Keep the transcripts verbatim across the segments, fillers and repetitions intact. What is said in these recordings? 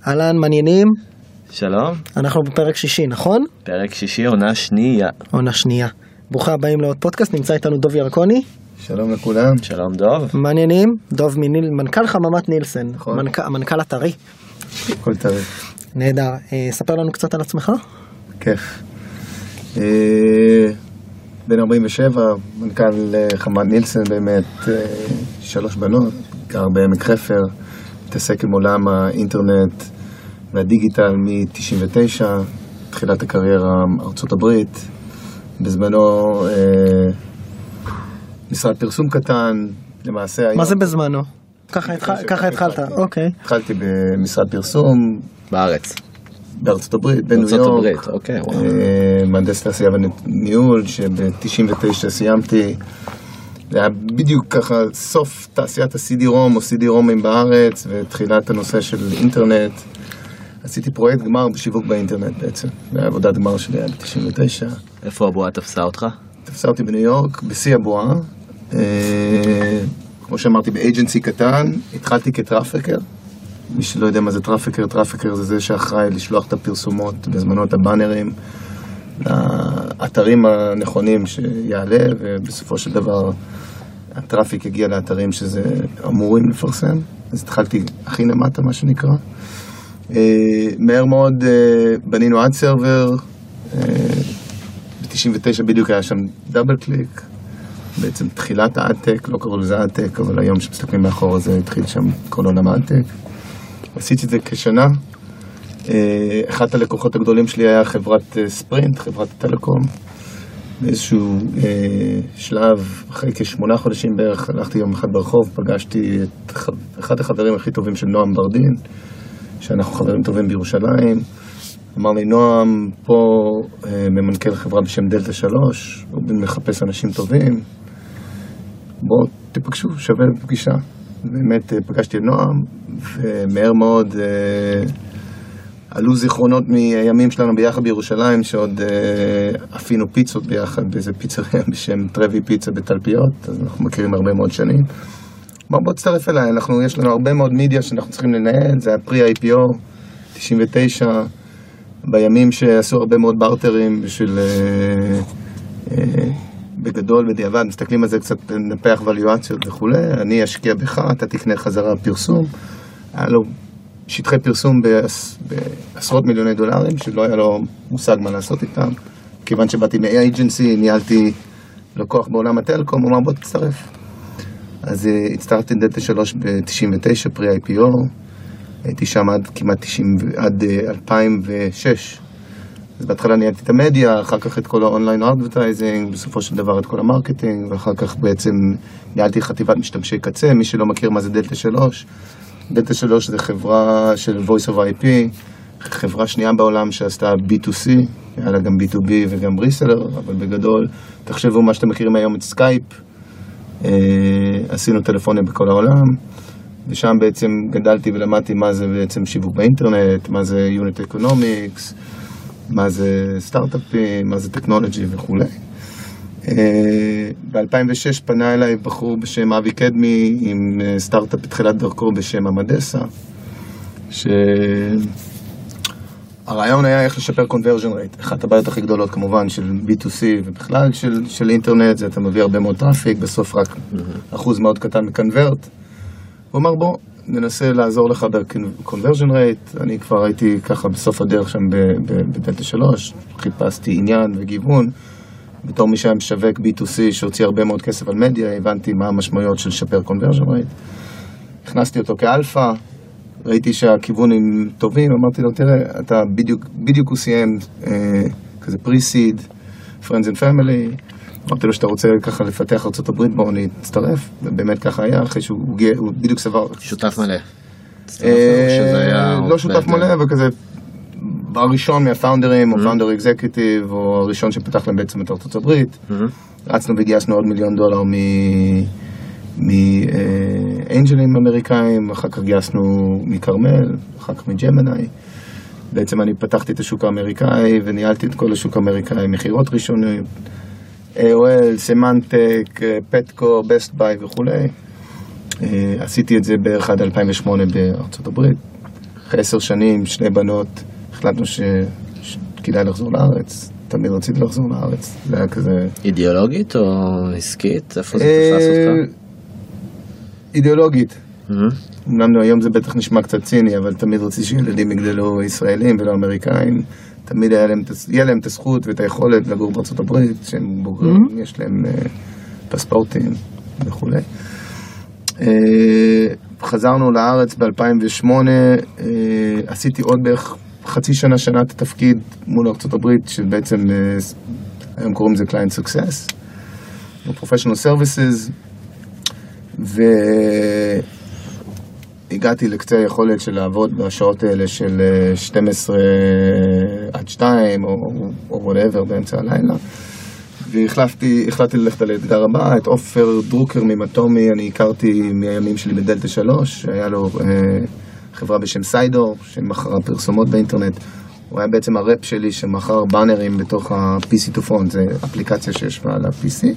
אהלן, מעניינים? שלום. אנחנו בפרק שישי, נכון? פרק שישי, עונה שנייה. עונה שנייה. ברוכה הבאים לעוד פודקאסט, נמצא איתנו דוב ירקוני. שלום לכולם. שלום דוב. מעניינים? דוב מניל, מנכ"ל חממת נילסן. נכון. מנכ... המנכ"ל הטרי. כל טרי. נהדר. אה, ספר לנו קצת על עצמך. כיף. אה, בן ארבעים ושבע, מנכ"ל אה, חמת נילסן באמת, אה, שלוש בנות, גר בעמק חפר, מתעסק עם עולם האינטרנט והדיגיטל מ-תשעים ותשע, תחילת הקריירה ארצות הברית, בזמנו אה, משרד פרסום קטן, למעשה היום... מה זה בזמנו? ככה התח- ככה התחלת, אוקיי. התחלתי במשרד פרסום, בארץ. בארצות הברית, בניו בארצות יורק, הברית, אוקיי, וואו. אה, מהנדס תעשייה וניהול, שב-תשעים ותשע סיימתי. זה היה בדיוק ככה סוף תעשיית ה-סי די רום או סי די רומים בארץ, ותחילת הנושא של אינטרנט. עשיתי פרויקט גמר בשיווק באינטרנט בעצם. זה היה עבודת גמר שלי היה ב-תשעים ותשע. איפה הבועה תפסה אותך? תפסה אותי בניו יורק, בשיא הבועה. אה, כמו שאמרתי, באג'נסי קטן, התחלתי כטראפיקר. מי שלא יודע מה זה טראפיקר, טראפיקר זה זה שאחראי לשלוח את הפרסומות, בזמנו את הבאנרים, לאתרים הנכונים שיעלה, ובסופו של דבר הטראפיק הגיע לאתרים שזה אמורים לפרסם. אז התחלתי הכי למטה, מה שנקרא. מהר מאוד בנינו עד סרבר, ב-תשעים ותשע בדיוק היה שם דאבל קליק, בעצם תחילת האדטק, לא קראו לזה האדטק, אבל היום שמסתכלים מאחור הזה התחיל שם כל עולם האדטק. עשיתי את זה כשנה. אחת הלקוחות הגדולים שלי היה חברת ספרינט, חברת טלקום. באיזשהו שלב, אחרי כשמונה חודשים בערך, הלכתי יום אחד ברחוב, פגשתי את אחד החברים הכי טובים של נועם ברדין, שאנחנו חברים טובים בירושלים. אמר לי, נועם פה ממנכ"ל חברה בשם דלטה שלוש, הוא מחפש אנשים טובים. בואו תפגשו, שווה פגישה. באמת פגשתי את נועם, ומהר מאוד אה, עלו זיכרונות מימים שלנו ביחד בירושלים, שעוד אה, אפינו פיצות ביחד באיזה פיצריה בשם טרווי פיצה בתלפיות, אז אנחנו מכירים הרבה מאוד שנים. אמר, בוא תצטרף אליי, אנחנו, יש לנו הרבה מאוד מידיה שאנחנו צריכים לנהל, זה היה פרי-איי פי או, תשעים ותשע, בימים שעשו הרבה מאוד בארטרים בשביל... אה, אה, בגדול, בדיעבד, מסתכלים על זה קצת נפח ואליואציות וכו'. אני אשקיע בך, אתה תקנה חזרה פרסום. היה לו שטחי פרסום בעש, בעשרות מיליוני דולרים, שלא היה לו מושג מה לעשות איתם. כיוון שבאתי מאג'נסי, ניהלתי לקוח בעולם הטלקום, הוא אמר בוא תצטרף. אז הצטרפתי דלטה שלוש ב-תשעים ותשע, פרי-איי פי או. הייתי שם עד כמעט תשעים, עד אלפיים ושש. אז בהתחלה ניהלתי את המדיה, אחר כך את כל האונליין אדברטייזינג, בסופו של דבר את כל המרקטינג, ואחר כך בעצם ניהלתי חטיבת משתמשי קצה. מי שלא מכיר מה זה דלטה שלוש, דלטה שלוש זה חברה של Voice of איי פי, חברה שנייה בעולם שעשתה בי טו סי, היה לה גם בי טו בי וגם ריסלר, אבל בגדול, תחשבו מה שאתם מכירים היום את סקייפ, עשינו טלפונים בכל העולם, ושם בעצם גדלתי ולמדתי מה זה בעצם שיווק באינטרנט, מה זה יוניט אקונומיקס, מה זה סטארט-אפים, מה זה טכנולוגי וכו'. ב-אלפיים ושש פנה אליי בחור בשם אבי קדמי עם סטארט-אפ בתחילת דרכו בשם המדסה, שהרעיון היה איך לשפר conversion rate. אחת הבעיות הכי גדולות כמובן של בי טו סי ובכלל של, של אינטרנט, זה אתה מביא הרבה מאוד טראפיק, בסוף רק אחוז מאוד קטן מקנברט. הוא אמר בוא, ננסה לעזור לך ב-conversion rate. אני כבר הייתי ככה בסוף הדרך שם בדלטה שלוש, חיפשתי עניין וגיוון. בתור מי שהיה משווק בי טו סי שהוציא הרבה מאוד כסף על מדיה, הבנתי מה המשמעויות של לשפר conversion rate. הכנסתי אותו כאלפא, ראיתי שהכיוון הם טובים, אמרתי לו, תראה, אתה בדיוק, בדיוק הוא סיים אה, כזה pre-seed, friends and family. אמרתי לו שאתה רוצה ככה לפתח ארצות הברית, בואו נצטרף, ובאמת ככה היה, אחרי שהוא גאה, הוא בדיוק סבר. שותף מלא. לא שותף מלא, וכזה, הראשון מהפאונדרים, או פאונדר אקזקיוטיב, או הראשון שפתח להם בעצם את ארצות הברית. רצנו וגייסנו עוד מיליון דולר מאנג'לים אמריקאים, אחר כך גייסנו מקרמל, אחר כך מג'מני. בעצם אני פתחתי את השוק האמריקאי, וניהלתי את כל השוק האמריקאי, מחירות ראשונים. איי או אל, סמנטק, פטקו, בסט ביי וכו'. עשיתי את זה בערך עד אלפיים ושמונה בארצות הברית. אחרי עשר שנים, שני בנות, החלטנו ש... שכדאי לחזור לארץ. תמיד רציתי לחזור לארץ. זה היה כזה... אידיאולוגית או עסקית? איפה זה תפס אותך? אידיאולוגית. אמנם היום זה בטח נשמע קצת ציני, אבל תמיד רציתי שילדים יגדלו ישראלים ולא אמריקאים. תמיד היה להם, יהיה להם את הזכות ואת היכולת לגור בארצות הברית, שהם בוגרים, יש להם פספורטים וכו'. חזרנו לארץ ב-אלפיים ושמונה, עשיתי עוד בערך חצי שנה, שנה את התפקיד מול ארצות הברית, שבעצם היום קוראים לזה Client Success, או Professional Services, והגעתי לקצה היכולת של לעבוד בשעות האלה של שתים עשרה עד שתיים, או, או whatever, באמצע הלילה. והחלטתי, החלטתי ללכת על האתגר הבא, את עופר דרוקר ממטומי, אני הכרתי מהימים שלי בדלטה שלוש, שהיה לו אה, חברה בשם סיידור, שמכרה פרסומות באינטרנט. הוא היה בעצם הראפ שלי שמכר באנרים בתוך ה-פי סי to Phone, זה אפליקציה שישבה על ה-פי סי.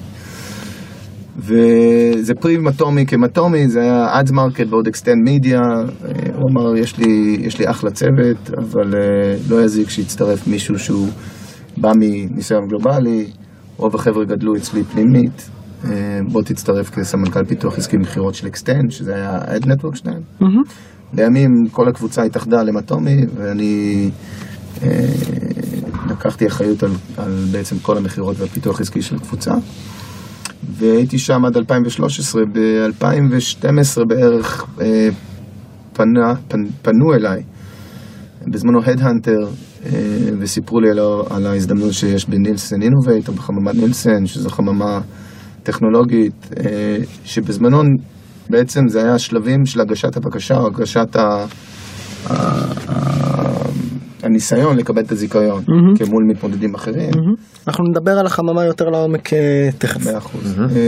וזה פרי מטומי כמטומי, זה היה Ads Market ועוד Extend Media. הוא אמר, יש לי, יש לי אחלה צוות, אבל לא יזיק שיצטרף מישהו שהוא בא מניסיון גלובלי, רוב החבר'ה גדלו אצלי פנימית, בוא תצטרף כסמנכ"ל פיתוח עסקי מחירות של Extend, שזה היה Ad Network שלהם. Mm-hmm. לימים כל הקבוצה התאחדה למטומי, ואני אה, לקחתי אחריות על, על בעצם כל המחירות והפיתוח עסקי של הקבוצה. והייתי שם עד אלפיים ושלוש עשרה, ב-אלפיים ושתים עשרה בערך אה, פנה, פנ, פנו אליי, בזמנו Headhunter, אה, וסיפרו לי על, על ההזדמנות שיש בנילסן אינובייט, או בחממת נילסן, שזו חממה טכנולוגית, אה, שבזמנו בעצם זה היה השלבים של הגשת הבקשה, או הגשת ה... ה... ה... הניסיון לקבל את הזיכיון, mm-hmm. כמול מתמודדים אחרים. Mm-hmm. אנחנו נדבר על החממה יותר לעומק תכף. מאה אחוז. Mm-hmm.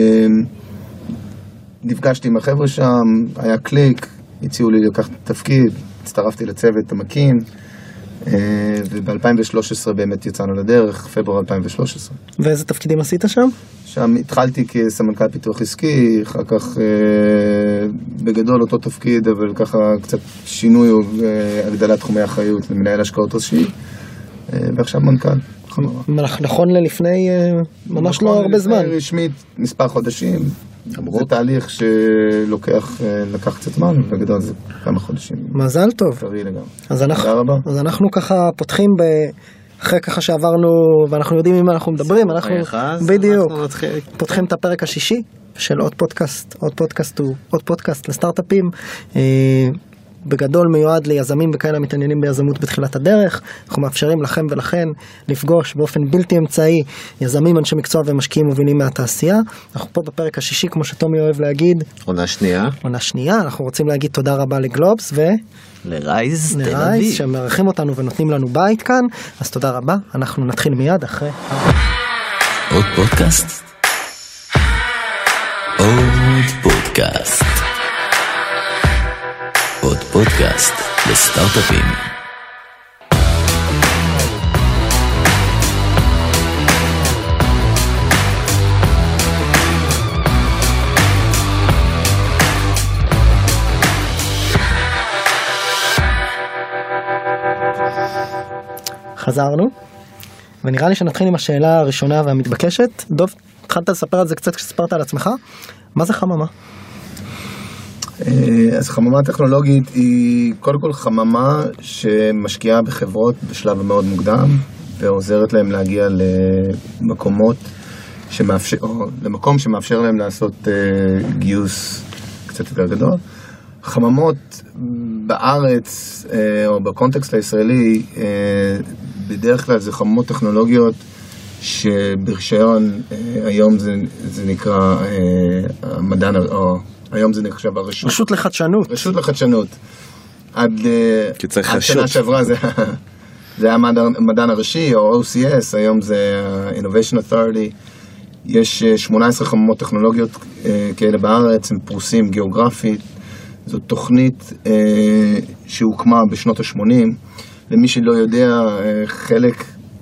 נפגשתי עם החבר'ה שם, היה קליק, הציעו לי לקחת תפקיד, הצטרפתי לצוות המקים, וב-אלפיים ושלוש עשרה באמת יצאנו לדרך, פברואר אלפיים ושלוש עשרה. ואיזה תפקידים עשית שם? שם התחלתי כסמנכ"ל פיתוח עסקי, אחר כך אה, בגדול אותו תפקיד, אבל ככה קצת שינוי או אה, הגדלת תחומי אחריות למנהל השקעות ראשי, אה, ועכשיו מנכ"ל. נכון ללפני אה, ממש לא הרבה זמן. נכון רשמית מספר חודשים, זה תהליך שלוקח לקח קצת זמן, בגדול זה כמה חודשים. מזל טוב. אז אנחנו, אז אנחנו ככה פותחים ב... אחרי ככה שעברנו, ואנחנו יודעים עם מה אנחנו מדברים, אנחנו בדיוק פותחים את הפרק השישי של עוד פודקאסט, עוד פודקאסט הוא עוד פודקאסט לסטארט-אפים, בגדול מיועד ליזמים וכאלה מתעניינים ביזמות בתחילת הדרך. אנחנו מאפשרים לכם ולכן לפגוש באופן בלתי אמצעי יזמים, אנשי מקצוע ומשקיעים מובילים מהתעשייה. אנחנו פה בפרק השישי, כמו שתומי אוהב להגיד. עונה שנייה. עונה שנייה, אנחנו רוצים להגיד תודה רבה לגלובס ו... לרייז תל אביב. לרייז, שמארחים אותנו ונותנים לנו בית כאן. אז תודה רבה, אנחנו נתחיל מיד אחרי... עוד פודקאסט? עוד פודקאסט. עוד פודקאסט לסטארט-אפים. חזרנו, ונראה לי שנתחיל עם השאלה הראשונה והמתבקשת. דוב, התחלת לספר על זה קצת כשספרת על עצמך. מה זה חממה? אז חממה טכנולוגית היא קודם כל חממה שמשקיעה בחברות בשלב מאוד מוקדם ועוזרת להם להגיע למקומות שמאפשר, או למקום שמאפשר להם לעשות גיוס קצת יותר גדול. חממות בארץ או בקונטקסט הישראלי בדרך כלל זה חממות טכנולוגיות שברישיון היום זה, זה נקרא מדען או היום זה נחשב הרשות. רשות לחדשנות. רשות לחדשנות. עד, עד שנה שעברה זה, זה היה המדען הראשי, או או סי אס, היום זה Innovation Authority. יש שמונה עשרה חממות טכנולוגיות כאלה בארץ, הם פרוסים גיאוגרפית. זו תוכנית שהוקמה בשנות ה-שמונים. למי שלא יודע, חלק...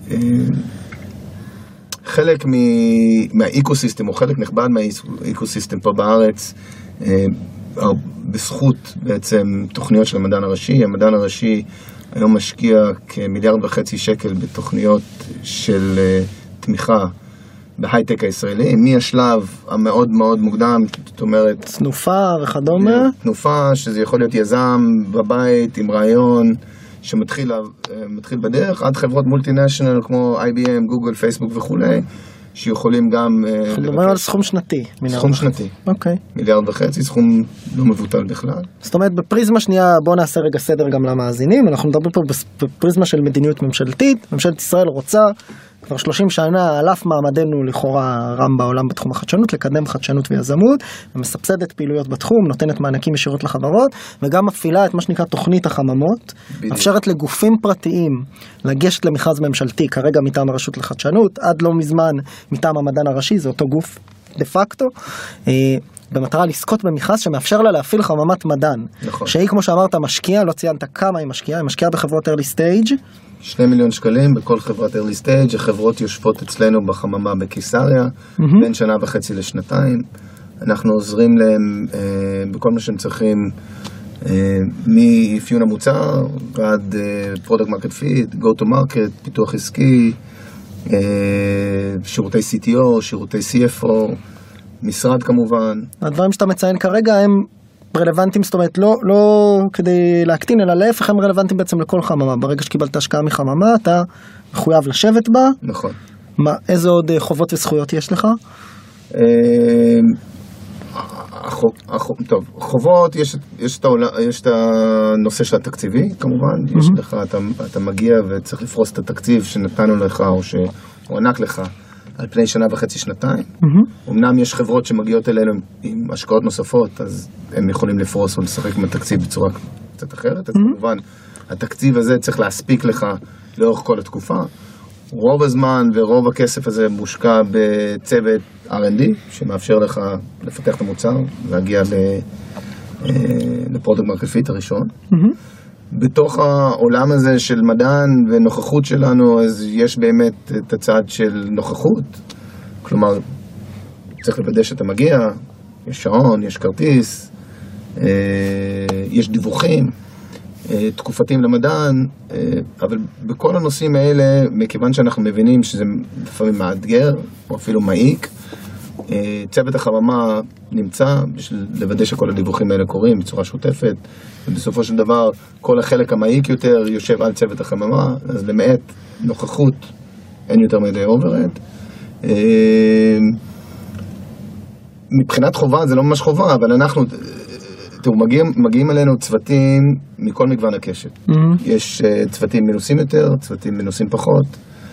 חלק מהאיקוסיסטם, או חלק נכבד מהאיקוסיסטם פה בארץ, בזכות בעצם תוכניות של המדען הראשי. המדען הראשי היום משקיע כמיליארד וחצי שקל בתוכניות של תמיכה בהייטק הישראלי, מהשלב המאוד מאוד מוקדם, זאת אומרת... תנופה וכדומה? תנופה, שזה יכול להיות יזם בבית עם רעיון שמתחיל מתחיל בדרך, עד חברות מולטינשיונל כמו איי בי אם, גוגל, פייסבוק וכולי, שיכולים גם... אנחנו מדברים על סכום שנתי. סכום שנתי. אוקיי. מיליארד וחצי, סכום לא מבוטל בכלל. זאת אומרת, בפריזמה שנייה, בואו נעשה רגע סדר גם למאזינים, אנחנו מדברים פה בפריזמה של מדיניות ממשלתית, ממשלת ישראל רוצה כבר שלושים שנה, על אף מעמדנו לכאורה רם בעולם בתחום החדשנות, לקדם חדשנות ויזמות, ומסבסדת פעילויות בתחום, נותנת מענקים ישירות לחברות, וגם מפעילה את מה שנקרא תוכנית החממות, מאפשרת לגופים פרטיים לגשת למכרז ממשלתי, כרגע מטעם הרשות לחדשנות, עד לא מזמן מטעם המדען הראשי, זה אותו גוף דה פקטו, במטרה לזכות במכרז שמאפשר לה להפעיל חממת מדען. נכון. שהיא, כמו שאמרת, משקיעה, לא ציינת כמה היא משקיעה, היא משקיעה בחברות early stage, שני מיליון שקלים בכל חברת early stage, החברות יושבות אצלנו בחממה בקיסריה, mm-hmm. בין שנה וחצי לשנתיים. אנחנו עוזרים להם אה, בכל מה שהם צריכים, אה, מאפיון המוצר, ועד אה, product market fit, go to market, פיתוח עסקי, אה, שירותי סי טי או, שירותי סי אף או, משרד כמובן. הדברים שאתה מציין כרגע הם רלוונטיים, זאת אומרת, לא, לא כדי להקטין, אלא להפך הם רלוונטיים בעצם לכל חממה. ברגע שקיבלת השקעה מחממה, אתה מחויב לשבת בה. נכון. מה, איזה עוד חובות וזכויות יש לך? טוב, חובות, יש, יש, את העולה, יש את הנושא של התקציבי, כמובן. Mm-hmm. יש לך, אתה, אתה מגיע וצריך לפרוס את התקציב שנתנו לך, או שהוענק לך, על פני שנה וחצי שנתיים. Mm-hmm. אמנם יש חברות שמגיעות אלינו עם השקעות נוספות, אז הם יכולים לפרוס או לשחק עם התקציב בצורה קצת אחרת. אז mm-hmm. כמובן, התקציב הזה צריך להספיק לך לאורך כל התקופה. רוב הזמן ורוב הכסף הזה מושקע בצוות אר אנד די, שמאפשר לך לפתח את המוצר, להגיע לפרודקט מרקט פיט הראשון. Mm-hmm. בתוך העולם הזה של מדען ונוכחות שלנו, אז יש באמת את הצד של נוכחות. כלומר, צריך לוודא שאתה מגיע, יש שעון, יש כרטיס, יש דיווחים, תקופתיים למדען, אבל בכל הנושאים האלה, מכיוון שאנחנו מבינים שזה לפעמים מאתגר, או אפילו מעיק, צוות החממה נמצא בשביל לוודא שכל הדיווחים האלה קורים בצורה שוטפת, ובסופו של דבר כל החלק המעיק יותר יושב על צוות החממה, אז למעט נוכחות אין יותר מדי אוברד. מבחינת חובה זה לא ממש חובה, אבל אנחנו, תראו, מגיעים, מגיעים אלינו צוותים מכל מגוון הקשת. Mm-hmm. יש צוותים מנוסים יותר, צוותים מנוסים פחות.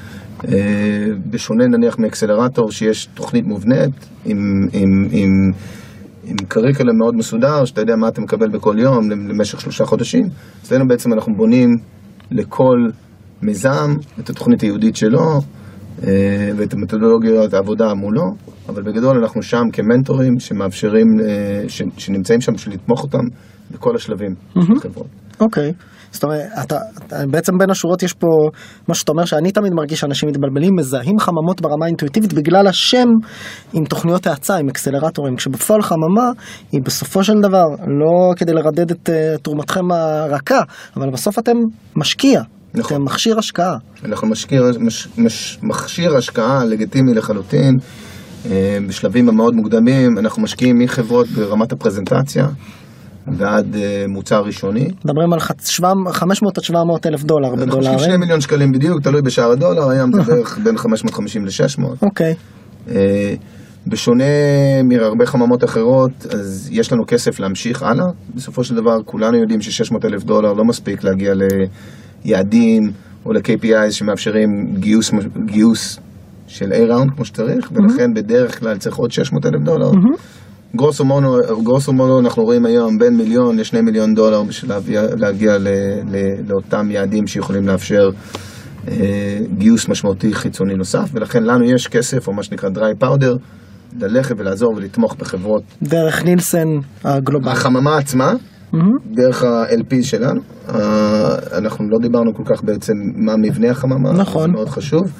בשונה נניח מאקסלרטור שיש תוכנית מובנית עם, עם, עם, עם קריקולום מאוד מסודר, שאתה יודע מה אתה מקבל בכל יום למשך שלושה חודשים. אצלנו בעצם אנחנו בונים לכל מיזם את התוכנית היהודית שלו ואת המתודולוגיות העבודה מולו, אבל בגדול אנחנו שם כמנטורים שמאפשרים, שנמצאים שם בשביל לתמוך אותם בכל השלבים של החברות. אוקיי. זאת אומרת, אתה, אתה, בעצם בין השורות יש פה מה שאתה אומר שאני תמיד מרגיש שאנשים מתבלבלים, מזהים חממות ברמה האינטואיטיבית בגלל השם עם תוכניות האצה, עם אקסלרטורים, כשבפועל חממה היא בסופו של דבר, לא כדי לרדד את uh, תרומתכם הרכה, אבל בסוף אתם משקיע, נכון. אתם מכשיר השקעה. אנחנו משקיע, מש, מש, מכשיר השקעה לגיטימי לחלוטין, בשלבים המאוד מוקדמים, אנחנו משקיעים מחברות ברמת הפרזנטציה, ועד מוצר ראשוני. מדברים על חמש מאות עד שבע מאות אלף דולר בדולרים. שני מיליון שקלים בדיוק, תלוי בשער הדולר, היום זה בערך בין חמש מאות וחמישים ל-שש מאות. אוקיי. בשונה מהרבה חממות אחרות, אז יש לנו כסף להמשיך הלאה. בסופו של דבר, כולנו יודעים ש-שש מאות אלף דולר לא מספיק להגיע ליעדים או ל-קיי פי איז שמאפשרים גיוס, גיוס של A-Round כמו שצריך, ולכן בדרך כלל צריך עוד שש מאות אלף דולר. גרוסו מונו, גרוסו מונו אנחנו רואים היום בין מיליון לשני מיליון דולר בשביל להגיע, להגיע ל, ל, לאותם יעדים שיכולים לאפשר אה, גיוס משמעותי חיצוני נוסף, ולכן לנו יש כסף או מה שנקרא dry powder ללכת ולעזור ולתמוך בחברות. דרך נילסן הגלובלי. החממה עצמה, mm-hmm. דרך ה-אל פי שלנו. אה, אנחנו לא דיברנו כל כך בעצם מה מבנה החממה, נכון. זה מאוד חשוב.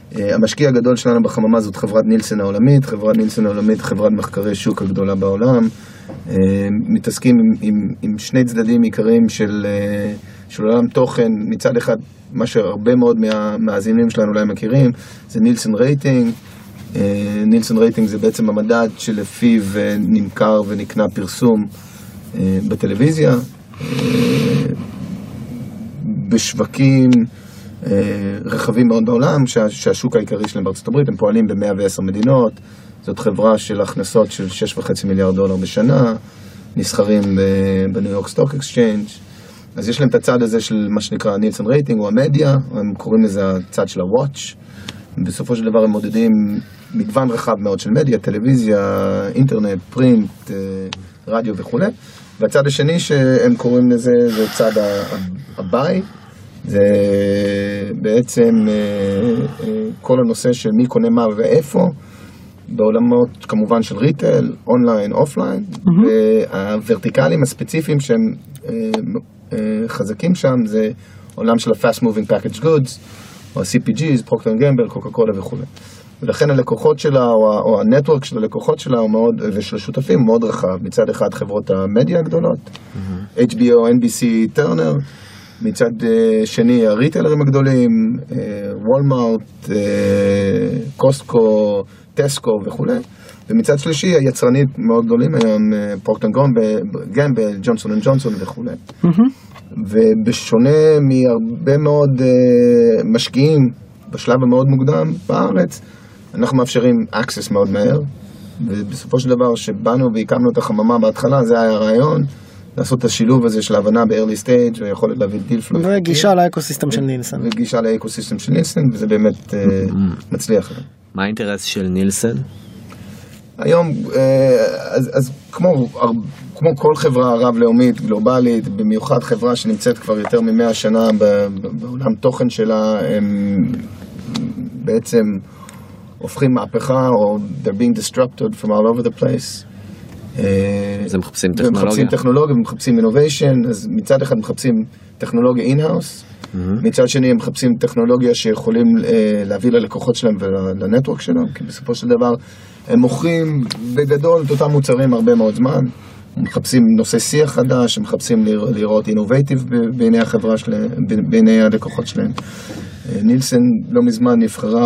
המשקיע הגדול שלנו בחממה זאת חברת נילסן העולמית, חברת נילסן העולמית, חברת מחקרי שוק הגדולה בעולם, מתעסקים עם, עם, עם שני צדדים עיקריים של, של עולם תוכן. מצד אחד, מה שהרבה מאוד מהמאזינים שלנו אולי מכירים, זה נילסן רייטינג. נילסן רייטינג זה בעצם המדד שלפיו נמכר ונקנה פרסום בטלוויזיה, בשווקים רחבים מאוד בעולם, שהשוק העיקרי שלהם בארצות הברית, הם פועלים ב-מאה ועשר מדינות. זאת חברה של הכנסות של שש וחצי מיליארד דולר בשנה, נסחרים בניו יורק סטוק אקסצ'יינג'. אז יש להם את הצד הזה של מה שנקרא נילסן רייטינג, או המדיה, הם קוראים לזה הצד של הוואץ'. בסופו של דבר הם מודדים מגוון רחב מאוד של מדיה, טלוויזיה, אינטרנט, פרינט, רדיו וכו'. והצד השני שהם קוראים לזה, זה צד הבאי. זה בעצם כל הנושא של מי קונה מה ואיפה, בעולמות כמובן של ריטל, אונליין, אופליין, והוורטיקלים הספציפיים שהם חזקים שם, זה עולם של ה-fast moving package goods, או ה-סי פי ג'יז, פרוקטר אנד גמבל, קוקה קולה וכו'. ולכן הלקוחות שלה, או, או הנטוורק של הלקוחות שלה, הוא מאוד, ושל השותפים, מאוד רחב. מצד אחד חברות המדיה הגדולות, mm-hmm. אייץ' בי או, אן בי סי, טרנר, מצד uh, שני הריטלרים הגדולים, uh, וולמארט, uh, קוסטקו, טסקו וכו'. ומצד שלישי היצרנית מאוד גדולים היום, פרוקטר אנד גמבל, ג'ונסון אנד ג'ונסון וכו'. Mm-hmm. ובשונה מהרבה מאוד uh, משקיעים בשלב המאוד מוקדם בארץ, אנחנו מאפשרים access מאוד מהר, ובסופו של דבר שבאנו והקמנו את החממה בהתחלה, זה היה הרעיון, לעשות את השילוב הזה של ההבנה ב-early stage, ויכולת להביא דיל פלו. וגישה לאקוסיסטם של נילסן. וגישה לאקוסיסטם של נילסן, וזה באמת מצליח. מה האינטרס של נילסן? היום, אז, אז כמו, כמו כל חברה רב-לאומית, גלובלית, במיוחד חברה שנמצאת כבר יותר ממאה שנה בעולם תוכן שלה, הם בעצם הופכים מהפכה, או they're being disrupted from all over the place. אז הם מחפשים טכנולוגיה. ומחפשים טכנולוגיה, ומחפשים innovation, אז מצד אחד מחפשים טכנולוגיה in-house, מצד שני הם מחפשים טכנולוגיה שיכולים להביא ללקוחות שלהם ולנטוורק שלהם, כי בסופו של דבר הם מוכרים בגדול את אותם מוצרים הרבה מאוד זמן, הם מחפשים נושא שיח חדש, הם מחפשים לראות innovative בעיני החברה שלהם, בעיני הלקוחות שלהם. נילסן לא מזמן נבחרה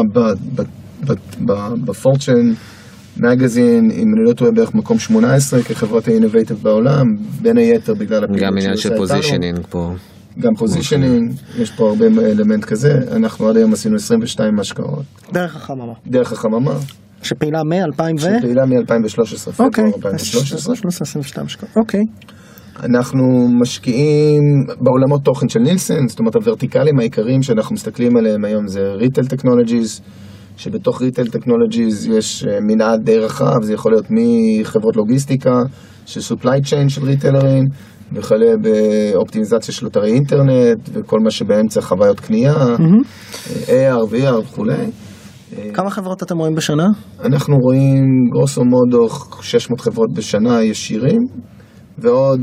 בפורצ'ן מגזין, אם אני לא טועה בערך מקום שמונה עשרה כחברת האינובייטיב בעולם, בין היתר בגלל הפעילות גם עניין של פוזישנינג פה. גם פוזישנינג, יש פה הרבה אלמנט כזה. אנחנו עד היום עשינו עשרים ושתיים השקעות. דרך החממה. דרך החממה. שפעילה מ-אלפיים ו... שפעילה מ-אלפיים ושלוש עשרה. אוקיי. אלפיים ושלוש עשרה. עשרים ושתיים השקעות. אוקיי. אנחנו משקיעים בעולמות תוכן של נילסן, זאת אומרת הוורטיקלים העיקריים שאנחנו מסתכלים עליהם היום זה ריטל טכנולוגיז, שבתוך ריטל טכנולוגיז יש מנעד די רחב, זה יכול להיות מחברות לוגיסטיקה, של supply chain של ריטלרים, וכלה באופטימיזציה של אתרי אינטרנט, וכל מה שבאמצע חוויות קנייה, איי אר ו-אי אר וכו'. כמה חברות אתם רואים בשנה? אנחנו רואים גרוסו מודו שש מאות חברות בשנה ישירים, ועוד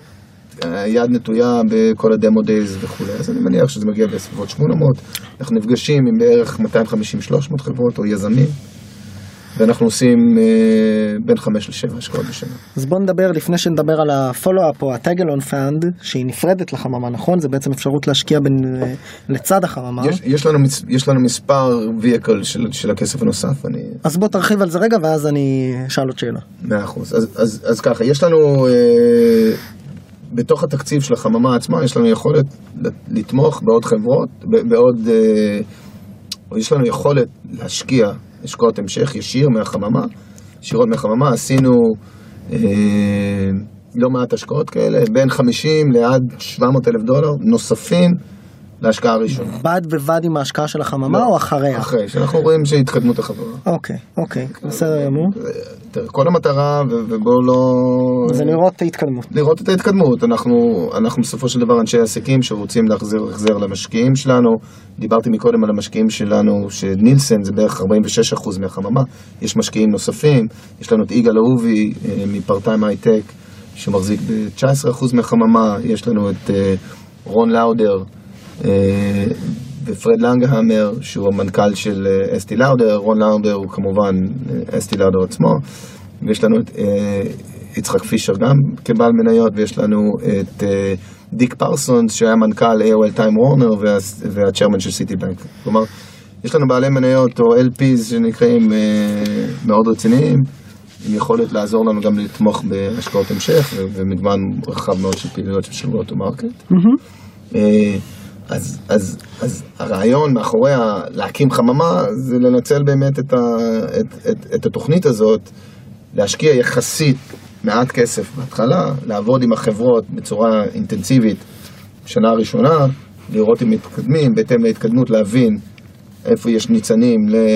יד נטויה בכל הדמו דייז וכו'. אז אני מניח שזה מגיע בסביבות שמונה מאות. אנחנו נפגשים עם בערך מאתיים וחמישים שלוש מאות חברות או יזמים, ואנחנו עושים אה, בין חמש לשבע השקעות בשנה. אז בואו נדבר, לפני שנדבר על הפולו-אפ או הטגלון פאנד, שהיא נפרדת לחממה, נכון? זה בעצם אפשרות להשקיע בין, לצד החממה. יש, יש, לנו, יש לנו מספר ויקל של, של הכסף הנוסף. אני... אז בוא תרחיב על זה רגע, ואז אני אשאל עוד שאלה. מאה אחוז. אז, אז, אז ככה, יש לנו... אה, בתוך התקציב של החממה עצמה, יש לנו יכולת לתמוך בעוד חברות, בעוד, או יש לנו יכולת להשקיע השקעות המשך ישיר מהחממה, ישירות מהחממה, עשינו אה, לא מעט השקעות כאלה, בין חמישים לעד שבע מאות אלף דולר נוספים להשקעה הראשונה. בד בבד עם ההשקעה של החממה לא, או אחריה? אחרי, שאנחנו רואים שהתקדמות החברה. אוקיי, אוקיי, בסדר גמור. כל המטרה, ובואו לא... זה לראות את ההתקדמות. לראות את ההתקדמות. אנחנו, אנחנו בסופו של דבר אנשי עסקים שרוצים להחזיר, להחזיר למשקיעים שלנו. דיברתי מקודם על המשקיעים שלנו, שנילסן זה בערך ארבעים ושש אחוז מהחממה. יש משקיעים נוספים, יש לנו את יגאל אהובי מפרטיים הייטק, שמחזיק ב-תשע עשרה אחוז מהחממה. יש לנו את רון לאודר, ופרד לנגהמר, שהוא המנכ"ל של אסטי לאודר, רון לאודר הוא כמובן אסטי לאודר עצמו, ויש לנו את יצחק פישר גם כבעל מניות, ויש לנו את דיק פרסונס, שהיה מנכ"ל איי או אל טיים וורנר, והצ'רמן של סיטי בנק. כלומר, יש לנו בעלי מניות או אל פיז שנקראים מאוד רציניים, עם יכולת לעזור לנו גם לתמוך בהשקעות המשך, ומגוון רחב מאוד של פעילויות של go to market. אז, אז, אז הרעיון מאחורי להקים חממה, זה לנצל באמת את, ה, את, את, את התוכנית הזאת, להשקיע יחסית מעט כסף בהתחלה, לעבוד עם החברות בצורה אינטנסיבית בשנה הראשונה, לראות אם מתקדמים, בהתאם להתקדמות להבין איפה יש ניצנים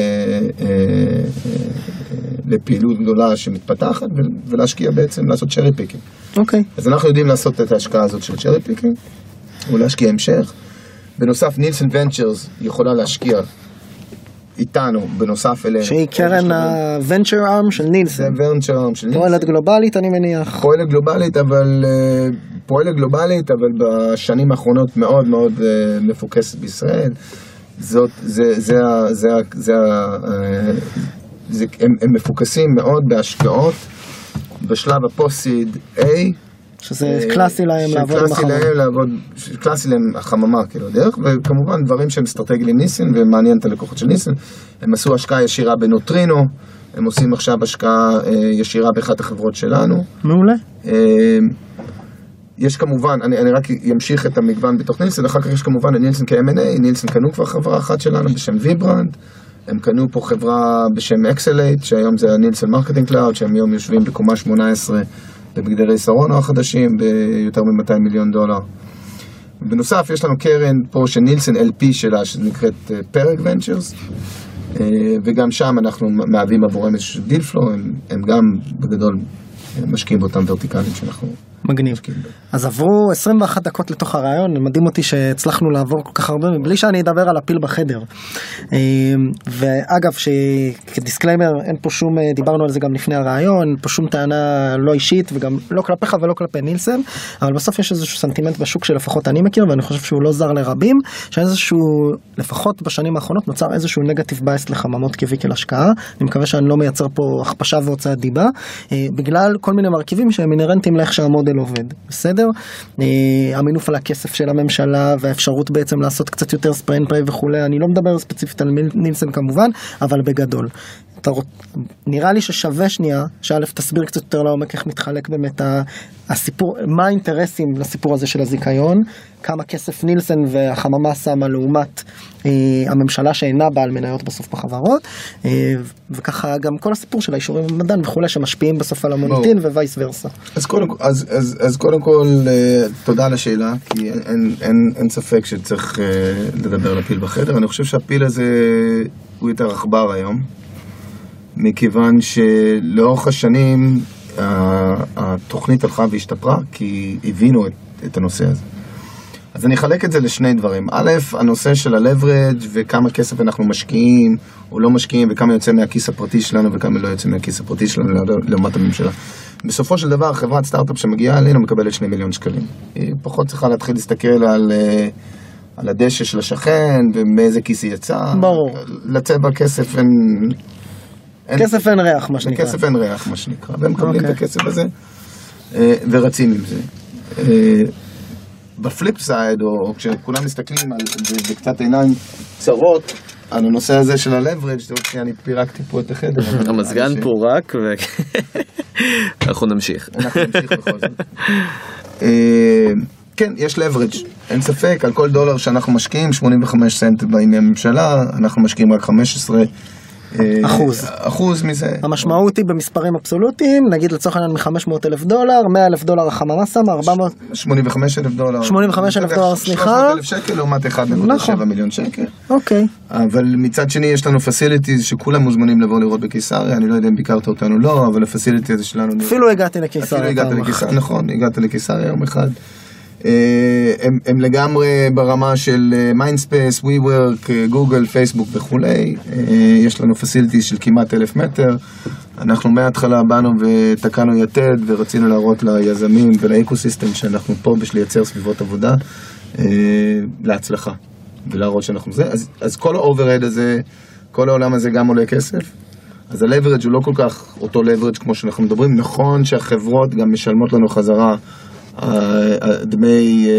לפעילות גדולה שמתפתחת, ולהשקיע בעצם, לעשות שרי פיקינג. אוקיי. אז אנחנו יודעים לעשות את ההשקעה הזאת של שרי פיקינג, ולהשקיע המשך. בנוסף, נילסן ונצ'רס יכולה להשקיע איתנו, בנוסף אלינו. שהיא קרן ה-Venture Arm של נילסן. זה Venture Arm של נילסן. פועלת גלובלית, אני מניח. פועלת גלובלית, אבל פועלת גלובלית, אבל בשנים האחרונות מאוד מאוד מפוקסת בישראל. זאת, זה, זה, זה, זה, זה, הם, הם מפוקסים מאוד בהשקעות בשלב הפוסט-סיד A, שזה קלאסי להם לעבוד עם החממה. קלאסי להם החממה, כאילו, דרך, וכמובן דברים שהם אסטרטגיים לניסן, ומעניין את הלקוחות של ניסן. הם עשו השקעה ישירה בנוטרינו, הם עושים עכשיו השקעה ישירה באחת החברות שלנו. מעולה. יש כמובן, אני, אני רק ימשיך את המגוון בתוך נילסן, אחר כך יש כמובן נילסן כ-אם אנד איי, נילסן קנו כבר חברה אחת שלנו בשם ויברנד, הם קנו פה חברה בשם אקסלייט, שהיום זה הנילסן מרקטינג קלאוד, שהם היום יושבים בקומה שמונה עשרה במגדלי שרונו החדשים, ביותר מ-מאתיים מיליון דולר. בנוסף, יש לנו קרן פה של נילסן אל פי שלה, שנקראת פרק ונצ'רס, וגם שם אנחנו מהווים עבורם איזשהו דיל פלו, הם, הם גם בגדול משקיעים באותם ורטיקלים שאנחנו... מגניב. אז עברו עשרים ואחת דקות לתוך הרעיון, מדהים אותי שהצלחנו לעבור כל כך הרבה, בלי שאני אדבר על הפיל בחדר. ואגב, שכדיסקליימר, אין פה שום, דיברנו על זה גם לפני הרעיון, פה שום טענה לא אישית, וגם לא כלפיך ולא כלפי נילסן, אבל בסוף יש איזשהו סנטימנט בשוק שלפחות אני מכיר, ואני חושב שהוא לא זר לרבים, שאיזשהו, לפחות בשנים האחרונות, נוצר איזשהו נגטיב בייס לחממות כביקל השקעה. אני מקווה שאני לא מייצר פה הכפשה והוצאת דיבה, בגלל כל מיני מרכיבים שהם אינרנטיים לאיך שהמודל עובד, בסדר? המינוף על הכסף של הממשלה והאפשרות בעצם לעשות קצת יותר ספריין פריי וכולי, אני לא מדבר ספציפית על נילסן כמובן, אבל בגדול. נראה לי ששווה שנייה, שא' תסביר קצת יותר לעומק איך מתחלק באמת הסיפור, מה האינטרסים לסיפור הזה של הזיכיון, כמה כסף נילסן והחממה שמה לעומת הממשלה שאינה בעל מניות בסוף בחברות, וככה גם כל הסיפור של האישורים במדען וכולי שמשפיעים בסוף על המוניטין ווייס ורסה. אז קודם, אז, אז, אז קודם כל, תודה על השאלה, כי אין, אין, אין, אין ספק שצריך לדבר על הפיל בחדר. אני חושב שהפיל הזה הוא יותר עכבר היום, מכיוון שלאורך השנים התוכנית הלכה והשתפרה, כי הבינו את, את הנושא הזה. אז אני אחלק את זה לשני דברים. א', הנושא של ה-leverage וכמה כסף אנחנו משקיעים או לא משקיעים, וכמה יוצא מהכיס הפרטי שלנו וכמה לא יוצא מהכיס הפרטי שלנו לעומת הממשלה. בסופו של דבר, חברת סטארט-אפ שמגיעה אלינו מקבלת שני מיליון שקלים. היא פחות צריכה להתחיל להסתכל על, על הדשא של השכן ומאיזה כיס היא יצאה. ברור. לצבע כסף אין... כסף אין ריח, מה שנקרא. כסף אין ריח, מה שנקרא. והם מקבלים את הכסף הזה ורצים עם זה. בפליפ סייד, או כשכולם מסתכלים על זה בקצת עיניים צרות, על הנושא הזה של הלברג', אני פירקתי פה את החדר. המזגן פורק, ואנחנו נמשיך. אנחנו נמשיך בכל זאת. כן, יש לברג', אין ספק, על כל דולר שאנחנו משקיעים, שמונים וחמישה סנט באים מהממשלה, אנחנו משקיעים רק חמישה עשר אחוז. אחוז מזה. המשמעות היא במספרים אבסולוטיים, נגיד לצורך העניין מ-חמש מאות אלף דולר, מאה אלף דולר החממה שמה, ארבע מאות... שמונים וחמישה אלף דולר. שמונים וחמישה אלף דולר, סליחה. שלוש מאות אלף שקל לעומת אחד נקודה שבע מיליון שקל. אוקיי. אבל מצד שני יש לנו פסיליטיז שכולם מוזמנים לבוא לראות בקיסריה, אני לא יודע אם ביקרת אותנו לא, אבל הפסיליטי הזה שלנו... אפילו הגעתי לקיסריה. אפילו הגעתי לקיסריה, נכון, הגעת לקיסריה יום אחד. הם, הם לגמרי ברמה של מיינדספייס, WeWork, גוגל, פייסבוק וכולי. יש לנו פסיליטיז של כמעט אלף מטר. אנחנו מההתחלה באנו ותקענו יתד ורצינו להראות ליזמים ולאקוסיסטם שאנחנו פה בשביל לייצר סביבות עבודה להצלחה. ולהראות שאנחנו זה. אז, אז כל האוברהד הזה, כל העולם הזה גם עולה כסף. אז ה-leverage הוא לא כל כך אותו leverage כמו שאנחנו מדברים. נכון שהחברות גם משלמות לנו חזרה דמי...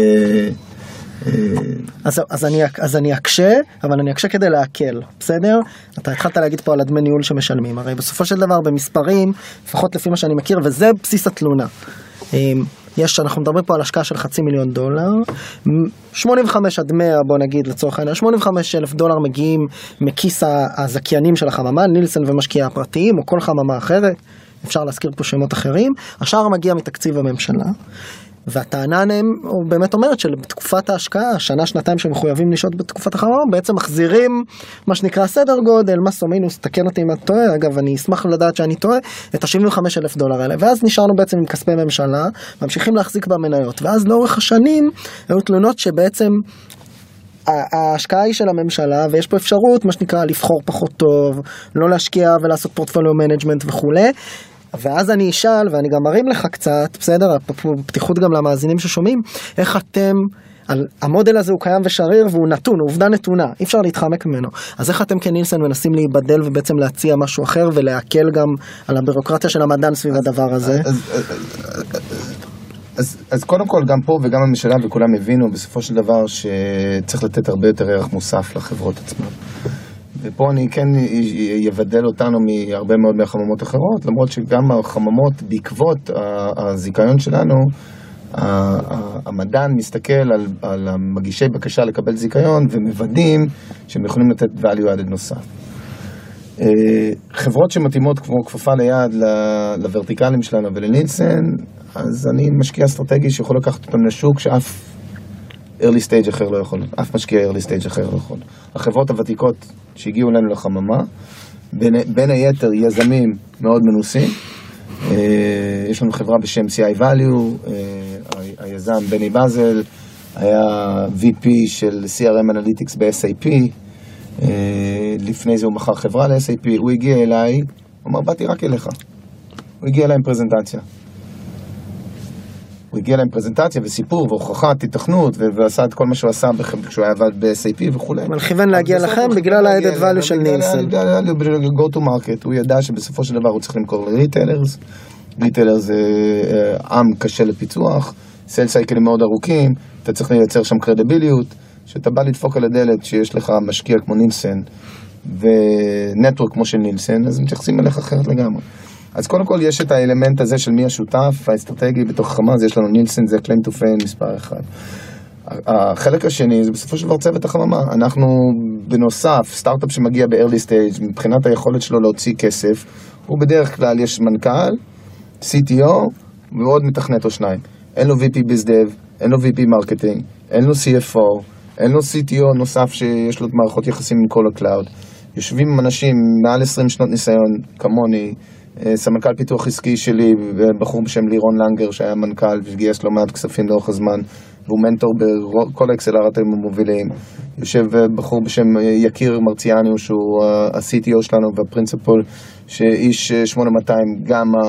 אז, אז, אני, אז אני אקשה, אבל אני אקשה כדי להקל, בסדר? אתה התחלת להגיד פה על הדמי ניהול שמשלמים, הרי בסופו של דבר במספרים, לפחות לפי מה שאני מכיר, וזה בסיס התלונה. יש, אנחנו מדברים פה על השקעה של חצי מיליון דולר, שמונים וחמש עד מאה, בוא נגיד לצורך העניין, שמונים וחמש אלף דולר מגיעים מכיס הזכיינים של החממה, נילסן ומשקיעי הפרטיים, או כל חממה אחרת, אפשר להזכיר פה שמות אחרים, השאר מגיע מתקציב הממשלה, והטענה באמת אומרת שבתקופת ההשקעה, שנה, שנתיים שמחויבים לשהות בתקופת החממה, בעצם מחזירים מה שנקרא סדר גודל, מסו מינוס, תקן אותי אם את טועה, אגב אני אשמח לדעת שאני טועה, את ה-שבעים וחמישה אלף דולר האלה, ואז נשארנו בעצם עם כספי ממשלה, ממשיכים להחזיק במניות, ואז לאורך השנים היו תלונות שבעצם ההשקעה היא של הממשלה, ויש פה אפשרות, מה שנקרא, לבחור פחות טוב, לא להשקיע ולעשות פורטפוליו מנג'מנט וכולי, ואז אני אשאל, ואני גם מרים לך קצת, בסדר, פתיחות גם למאזינים ששומעים, איך אתם, על, המודל הזה הוא קיים ושריר, והוא נתון, הוא עובדה נתונה, אי אפשר להתחמק ממנו. אז איך אתם כנילסן מנסים להיבדל ובעצם להציע משהו אחר, ולהקל גם על הבירוקרטיה של המדען סביב אז, הדבר הזה? אז, אז, אז, אז קודם כל, גם פה וגם הממשלה וכולם הבינו בסופו של דבר שצריך לתת הרבה יותר ערך מוסף לחברות עצמן. ופה אני כן יבדל אותנו מהרבה מאוד מהחממות אחרות, למרות שגם החממות בעקבות הזיכיון שלנו, המדען מסתכל על, על המגישי בקשה לקבל זיכיון ומוודאים שהם יכולים לתת value added נוסף. חברות שמתאימות כמו כפפה ליד לוורטיקלים שלנו ולנילסן, אז אני משקיע אסטרטגי שיכול לקחת אותם לשוק שאף early stage אחר לא יכול, אף משקיע early stage אחר לא יכול. החברות הוותיקות שהגיעו לנו לחממה, בין, בין היתר יזמים מאוד מנוסים, יש לנו חברה בשם סי איי Value, היזם בני בזל, היה וי פי של סי אר אם Analytics ב-אס איי פי, לפני זה הוא מכר חברה ל-אס איי פי, הוא הגיע אליי, הוא אמר, באתי רק אליך. הוא הגיע אליי עם פרזנטציה. הוא הגיע להם פרזנטציה וסיפור והוכחה, תתכנות, ועשה את כל מה שהוא עשה כשהוא היה עבד ב-אס איי פי וכו'. אבל כיוון להגיע לכם בגלל ה-added value של נילסן. בגלל go to market. הוא ידע שבסופו של דבר הוא צריך למכור לריטיילרס. ריטיילרס זה עם קשה לפיצוח, סייל סייקלים מאוד ארוכים, אתה צריך לייצר שם קרדיביליות, שאתה בא לדפוק על הדלת שיש לך משקיע כמו נילסן, ונטוורק כמו של נילסן, אז מתייחסים אליך אחרת לגמרי. אז קודם כל יש את האלמנט הזה של מי השותף האסטרטגי בתוך החממה, אז יש לנו נילסן, זה claim to fame מספר אחד. החלק השני זה בסופו של דבר צוות החממה. אנחנו בנוסף, סטארט-אפ שמגיע ב-early stage, מבחינת היכולת שלו להוציא כסף, הוא בדרך כלל יש מנכ"ל, סי טי או ועוד מתכנת או שניים. אין לו וי פי BizDev, אין לו וי פי מרקטינג, אין לו סי אף או, אין לו סי טי או נוסף שיש לו מערכות יחסים עם כל הקלאוד. יושבים עם אנשים מעל עשרים שנות ניסיון, כמוני, סמנכ"ל פיתוח עסקי שלי, בחור בשם לירון לנגר שהיה מנכ"ל וגייס לו מעט כספים לאורך הזמן, והוא מנטור בכל האקסלרטורים המובילים. יושב בחור בשם יקיר מרציאני, שהוא ה-סי טי או שלנו והפרינציפול, שאיש שמונה מאתיים גמא,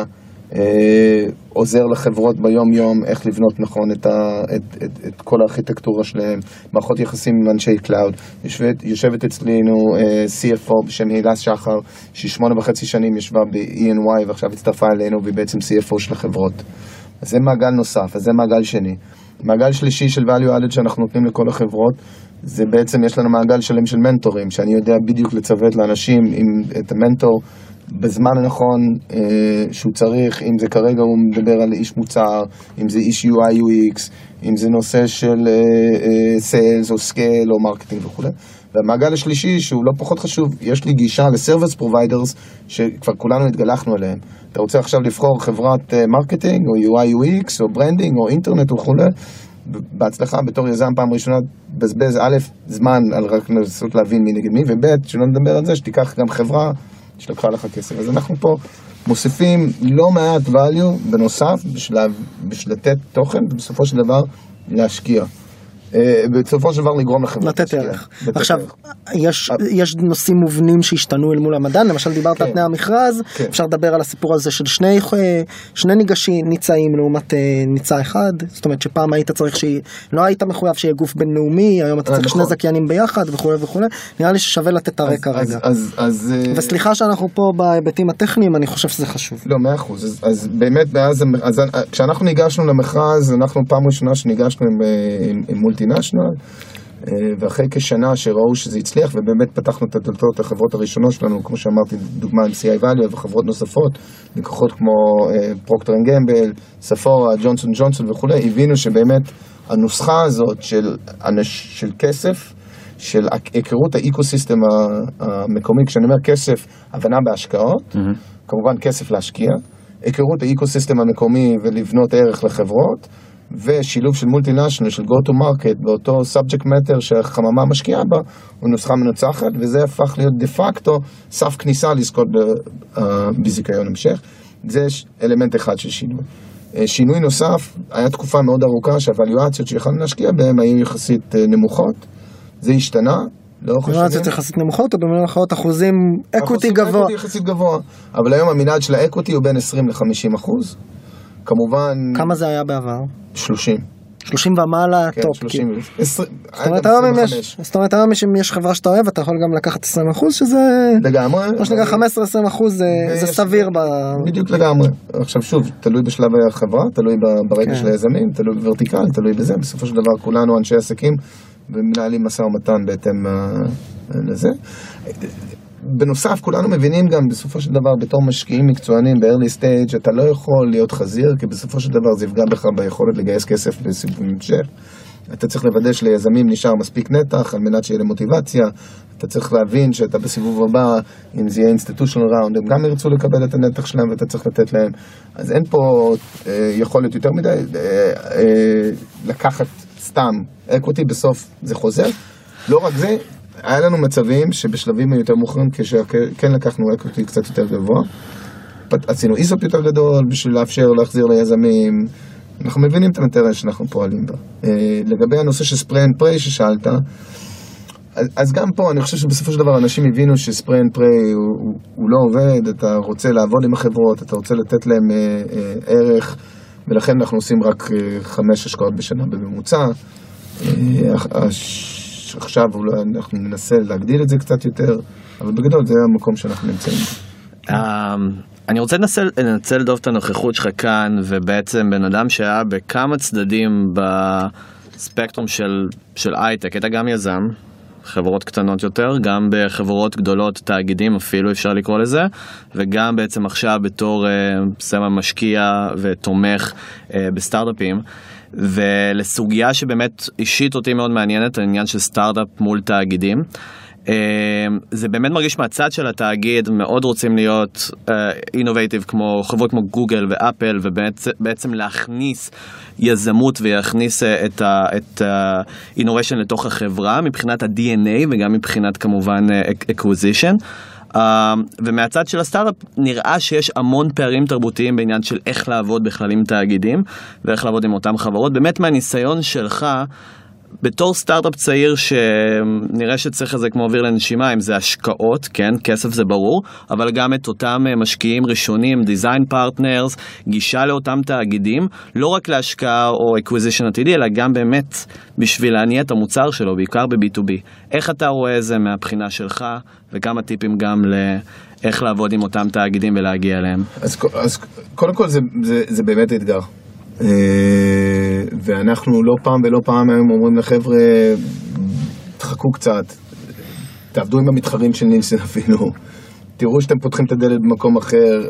עוזר לחברות ביום יום איך לבנות נכון את, ה, את, את, את כל הארכיטקטורה שלהם, מערכות יחסים עם אנשי קלאוד. יושבת, יושבת אצלנו סי אף או בשם הילה שחר, שהיא שמונה וחצי שנים ישבה ב-אי אן וואי ועכשיו הצטרפה אלינו והיא בעצם סי אף או של החברות. אז זה מעגל נוסף, אז זה מעגל שני. מעגל שלישי של value added שאנחנו נותנים לכל החברות, זה בעצם יש לנו מעגל שלם של מנטורים, שאני יודע בדיוק לצוות לאנשים עם את המנטור, בזמן הנכון אה, שהוא צריך, אם זה כרגע הוא מדבר על איש מוצר, אם זה איש יו איי יו אקס, אם זה נושא של אה, אה, סיילס או סקייל או מרקטינג וכו'. והמעגל השלישי שהוא לא פחות חשוב, יש לי גישה לסרוויס פרוביידרס שכבר כולנו התגלחנו עליהם. אתה רוצה עכשיו לבחור חברת אה, מרקטינג או יו איי יו אקס או ברנדינג או אינטרנט וכו'. בהצלחה בתור יזם פעם ראשונה בזבז א' זמן על רק לנסות להבין מי נגד מי, וב' שלא נדבר על זה שתיקח גם חברה שלקחה לך כסף. אז אנחנו פה מוסיפים לא מעט value בנוסף בשביל, בשביל לתת תוכן ובסופו של דבר להשקיע. בסופו של דבר לגרום לחברה. לתת ערך. עכשיו, יש נושאים מובנים שהשתנו אל מול המדען, למשל דיברת על תנאי המכרז, אפשר לדבר על הסיפור הזה של שני ניגשים ניצאים לעומת ניצה אחד, זאת אומרת שפעם היית צריך שהיא, לא היית מחויב שיהיה גוף בינלאומי, היום אתה צריך שני זכיינים ביחד וכו' וכו', נראה לי ששווה לתת את הרקע רגע. וסליחה שאנחנו פה בהיבטים הטכניים, אני חושב שזה חשוב. לא, מאה אחוז. אז באמת, כשאנחנו ניגשנו למכרז, אנחנו פעם ראשונה שניגשנו עם מולטינשיונל, ואחרי כשנה שראו שזה הצליח, ובאמת פתחנו את הדלתות לחברות הראשונות שלנו, כמו שאמרתי, דוגמה עם סי איי Value וחברות נוספות, לקוחות כמו פרוקטר אנד גמבל, ספורה, ג'ונסון ג'ונסון וכו', הבינו שבאמת הנוסחה הזאת של, של כסף, של היכרות האקוסיסטם המקומי, כשאני אומר כסף, הבנה בהשקעות, mm-hmm. כמובן כסף להשקיע, היכרות האקוסיסטם המקומי ולבנות ערך לחברות, ושילוב של מולטינשיונל, של go to market, באותו subject matter שהחממה משקיעה בה, הוא נוסחה מנוצחת, וזה הפך להיות דה פקטו סף כניסה לזכות בזיכיון המשך. זה אלמנט אחד של שינוי. שינוי נוסף, היה תקופה מאוד ארוכה שהוואליואציות שיכולנו להשקיע בהן היו יחסית נמוכות. זה השתנה. זה יחסית נמוכות, או במילים אחרות אחוזים אקוטי גבוה. אקוטי יחסית גבוה, אבל היום המנעד של האקוטי הוא בין עשרים לחמישים אחוז. כמובן... כמה זה היה בעבר? שלושים. שלושים ומעלה, כן, טופ. שלושים. זאת אומרת, היום אם יש חברה שאתה אוהב, אתה יכול גם לקחת עשרים אחוז, שזה... לגמרי. מה שנקרא חמש עשרה עשרים אחוז זה סביר ב... בדיוק לגמרי. עכשיו שוב, תלוי בשלב החברה, תלוי ברגע של היזמים, תלוי בוורטיקל, תלוי בזה. בסופו של דבר כולנו אנשי עסקים, ומנהלים משא ומתן בהתאם לזה. בנוסף, כולנו מבינים גם בסופו של דבר בתור משקיעים מקצוענים ב-early stage, אתה לא יכול להיות חזיר, כי בסופו של דבר זה יפגע בך ביכולת לגייס כסף בסיבוב המשך. אתה צריך לוודא שליזמים נשאר מספיק נתח על מנת שיהיה למוטיבציה. אתה צריך להבין שאתה בסיבוב הבא, אם זה יהיה institutional round, הם גם ירצו לקבל את הנתח שלהם ואתה צריך לתת להם. אז אין פה אה, יכולת יותר מדי אה, אה, לקחת סתם אקוטי, בסוף זה חוזר. לא רק זה, היה לנו מצבים שבשלבים יותר מאוחרים, כשכן לקחנו אקוטי קצת יותר גבוה, עשינו איסופ יותר גדול בשביל לאפשר להחזיר ליזמים. אנחנו מבינים את המטרה שאנחנו פועלים בה. לגבי הנושא של ספרי אנד פריי ששאלת, אז גם פה אני חושב שבסופו של דבר אנשים הבינו שספרי אנד פריי הוא, הוא לא עובד, אתה רוצה לעבוד עם החברות, אתה רוצה לתת להם ערך, ולכן אנחנו עושים רק חמש השקעות בשנה בממוצע. עכשיו אנחנו ננסה להגדיל את זה קצת יותר, אבל בגדול זה המקום שאנחנו נמצאים. אני רוצה לנצל דוב את הנוכחות שלך כאן, ובעצם בן אדם שהיה בכמה צדדים בספקטרום של הייטק, הייתה גם יזם, חברות קטנות יותר, גם בחברות גדולות, תאגידים אפילו אפשר לקרוא לזה, וגם בעצם עכשיו בתור סמא משקיע ותומך בסטארט-אפים. ולסוגיה שבאמת אישית אותי מאוד מעניינת, העניין של סטארט-אפ מול תאגידים. זה באמת מרגיש מהצד של התאגיד, מאוד רוצים להיות אינובייטיב כמו חברות כמו גוגל ואפל, ובעצם להכניס יזמות ולהכניס את ה-innovation לתוך החברה מבחינת ה-די אן איי וגם מבחינת כמובן acquisition. Uh, ומהצד של הסטארט-אפ נראה שיש המון פערים תרבותיים בעניין של איך לעבוד בכלל עם תאגידים ואיך לעבוד עם אותם חברות. באמת מהניסיון שלך בתור סטארט-אפ צעיר שנראה שצריך את זה כמו אוויר לנשימה, אם זה השקעות, כן, כסף זה ברור, אבל גם את אותם משקיעים ראשונים, דיזיין פרטנרס, גישה לאותם תאגידים, לא רק להשקעה או אקוויזישן עתידי, אלא גם באמת בשביל להניע את המוצר שלו, בעיקר ב-בי טו בי. איך אתה רואה זה מהבחינה שלך, וכמה טיפים גם לאיך לעבוד עם אותם תאגידים ולהגיע אליהם? אז, אז קודם כל זה, זה, זה באמת אתגר. ואנחנו לא פעם ולא פעם היום אומרים לחבר'ה, תחכו קצת, תעבדו עם המתחרים של נילסן אפילו, תראו שאתם פותחים את הדלת במקום אחר.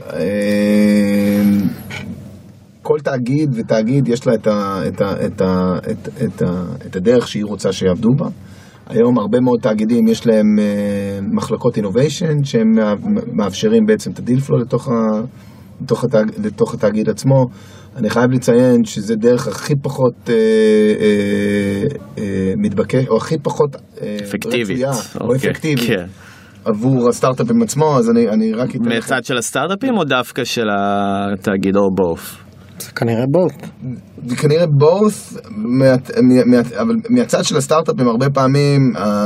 כל תאגיד ותאגיד יש לה את, ה, את, ה, את, ה, את, את, ה, את הדרך שהיא רוצה שיעבדו בה. היום הרבה מאוד תאגידים יש להם מחלקות אינוביישן שהם מאפשרים בעצם את הדיל פלו לתוך, ה, לתוך, התאג, לתוך התאגיד עצמו. אני חייב לציין שזה דרך הכי פחות אה, אה, אה, מתבקש, או הכי פחות אה, אפקטיבית, רצויה, אוקיי, או אפקטיבית כן. עבור הסטארט-אפים עצמו, אז אני, אני רק... מצד של הסטארט-אפים או דווקא של התאגיד או בוף? זה כנראה both. זה כנראה both, אבל מהצד של הסטארט-אפים הרבה פעמים,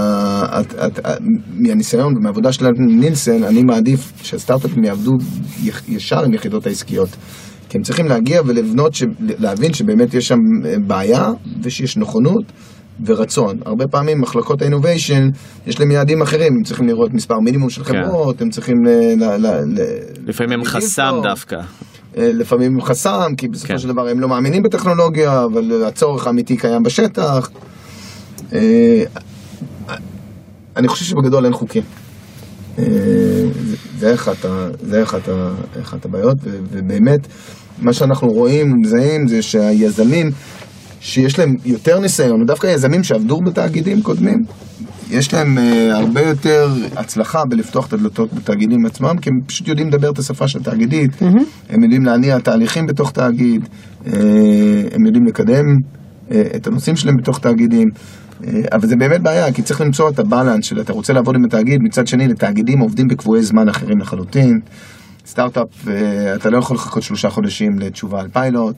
מהניסיון ומהעבודה של נילסן, אני מעדיף שהסטארט-אפים יעבדו ישר עם יחידות העסקיות. כי הם צריכים להגיע ולבנות, להבין שבאמת יש שם בעיה, ושיש נכונות ורצון. הרבה פעמים מחלקות האינוביישן, יש להם יעדים אחרים, הם צריכים לראות מספר מינימום של חברות, הם צריכים... לפעמים הם חסם דווקא. לפעמים הם חסם, כי בסופו של דבר הם לא מאמינים בטכנולוגיה, אבל הצורך האמיתי קיים בשטח. אני חושב שבגדול אין חוקים. זה אחת הבעיות, ובאמת, מה שאנחנו רואים ומזהים זה שהיזמים שיש להם יותר ניסיון, ודווקא יזמים שעבדו בתאגידים קודמים, יש להם הרבה יותר הצלחה בלפתוח את הדלתות בתאגידים עצמם, כי הם פשוט יודעים לדבר את השפה של התאגידית, הם יודעים להניע תהליכים בתוך תאגיד, הם יודעים לקדם את הנושאים שלהם בתוך תאגידים, אבל זה באמת בעיה, כי צריך למצוא את הבלנס של אתה רוצה לעבוד עם התאגיד, מצד שני לתאגידים עובדים בקבועי זמן אחרים לחלוטין, סטארט-אפ, אתה לא יכול לחכות שלושה חודשים לתשובה על פיילוט,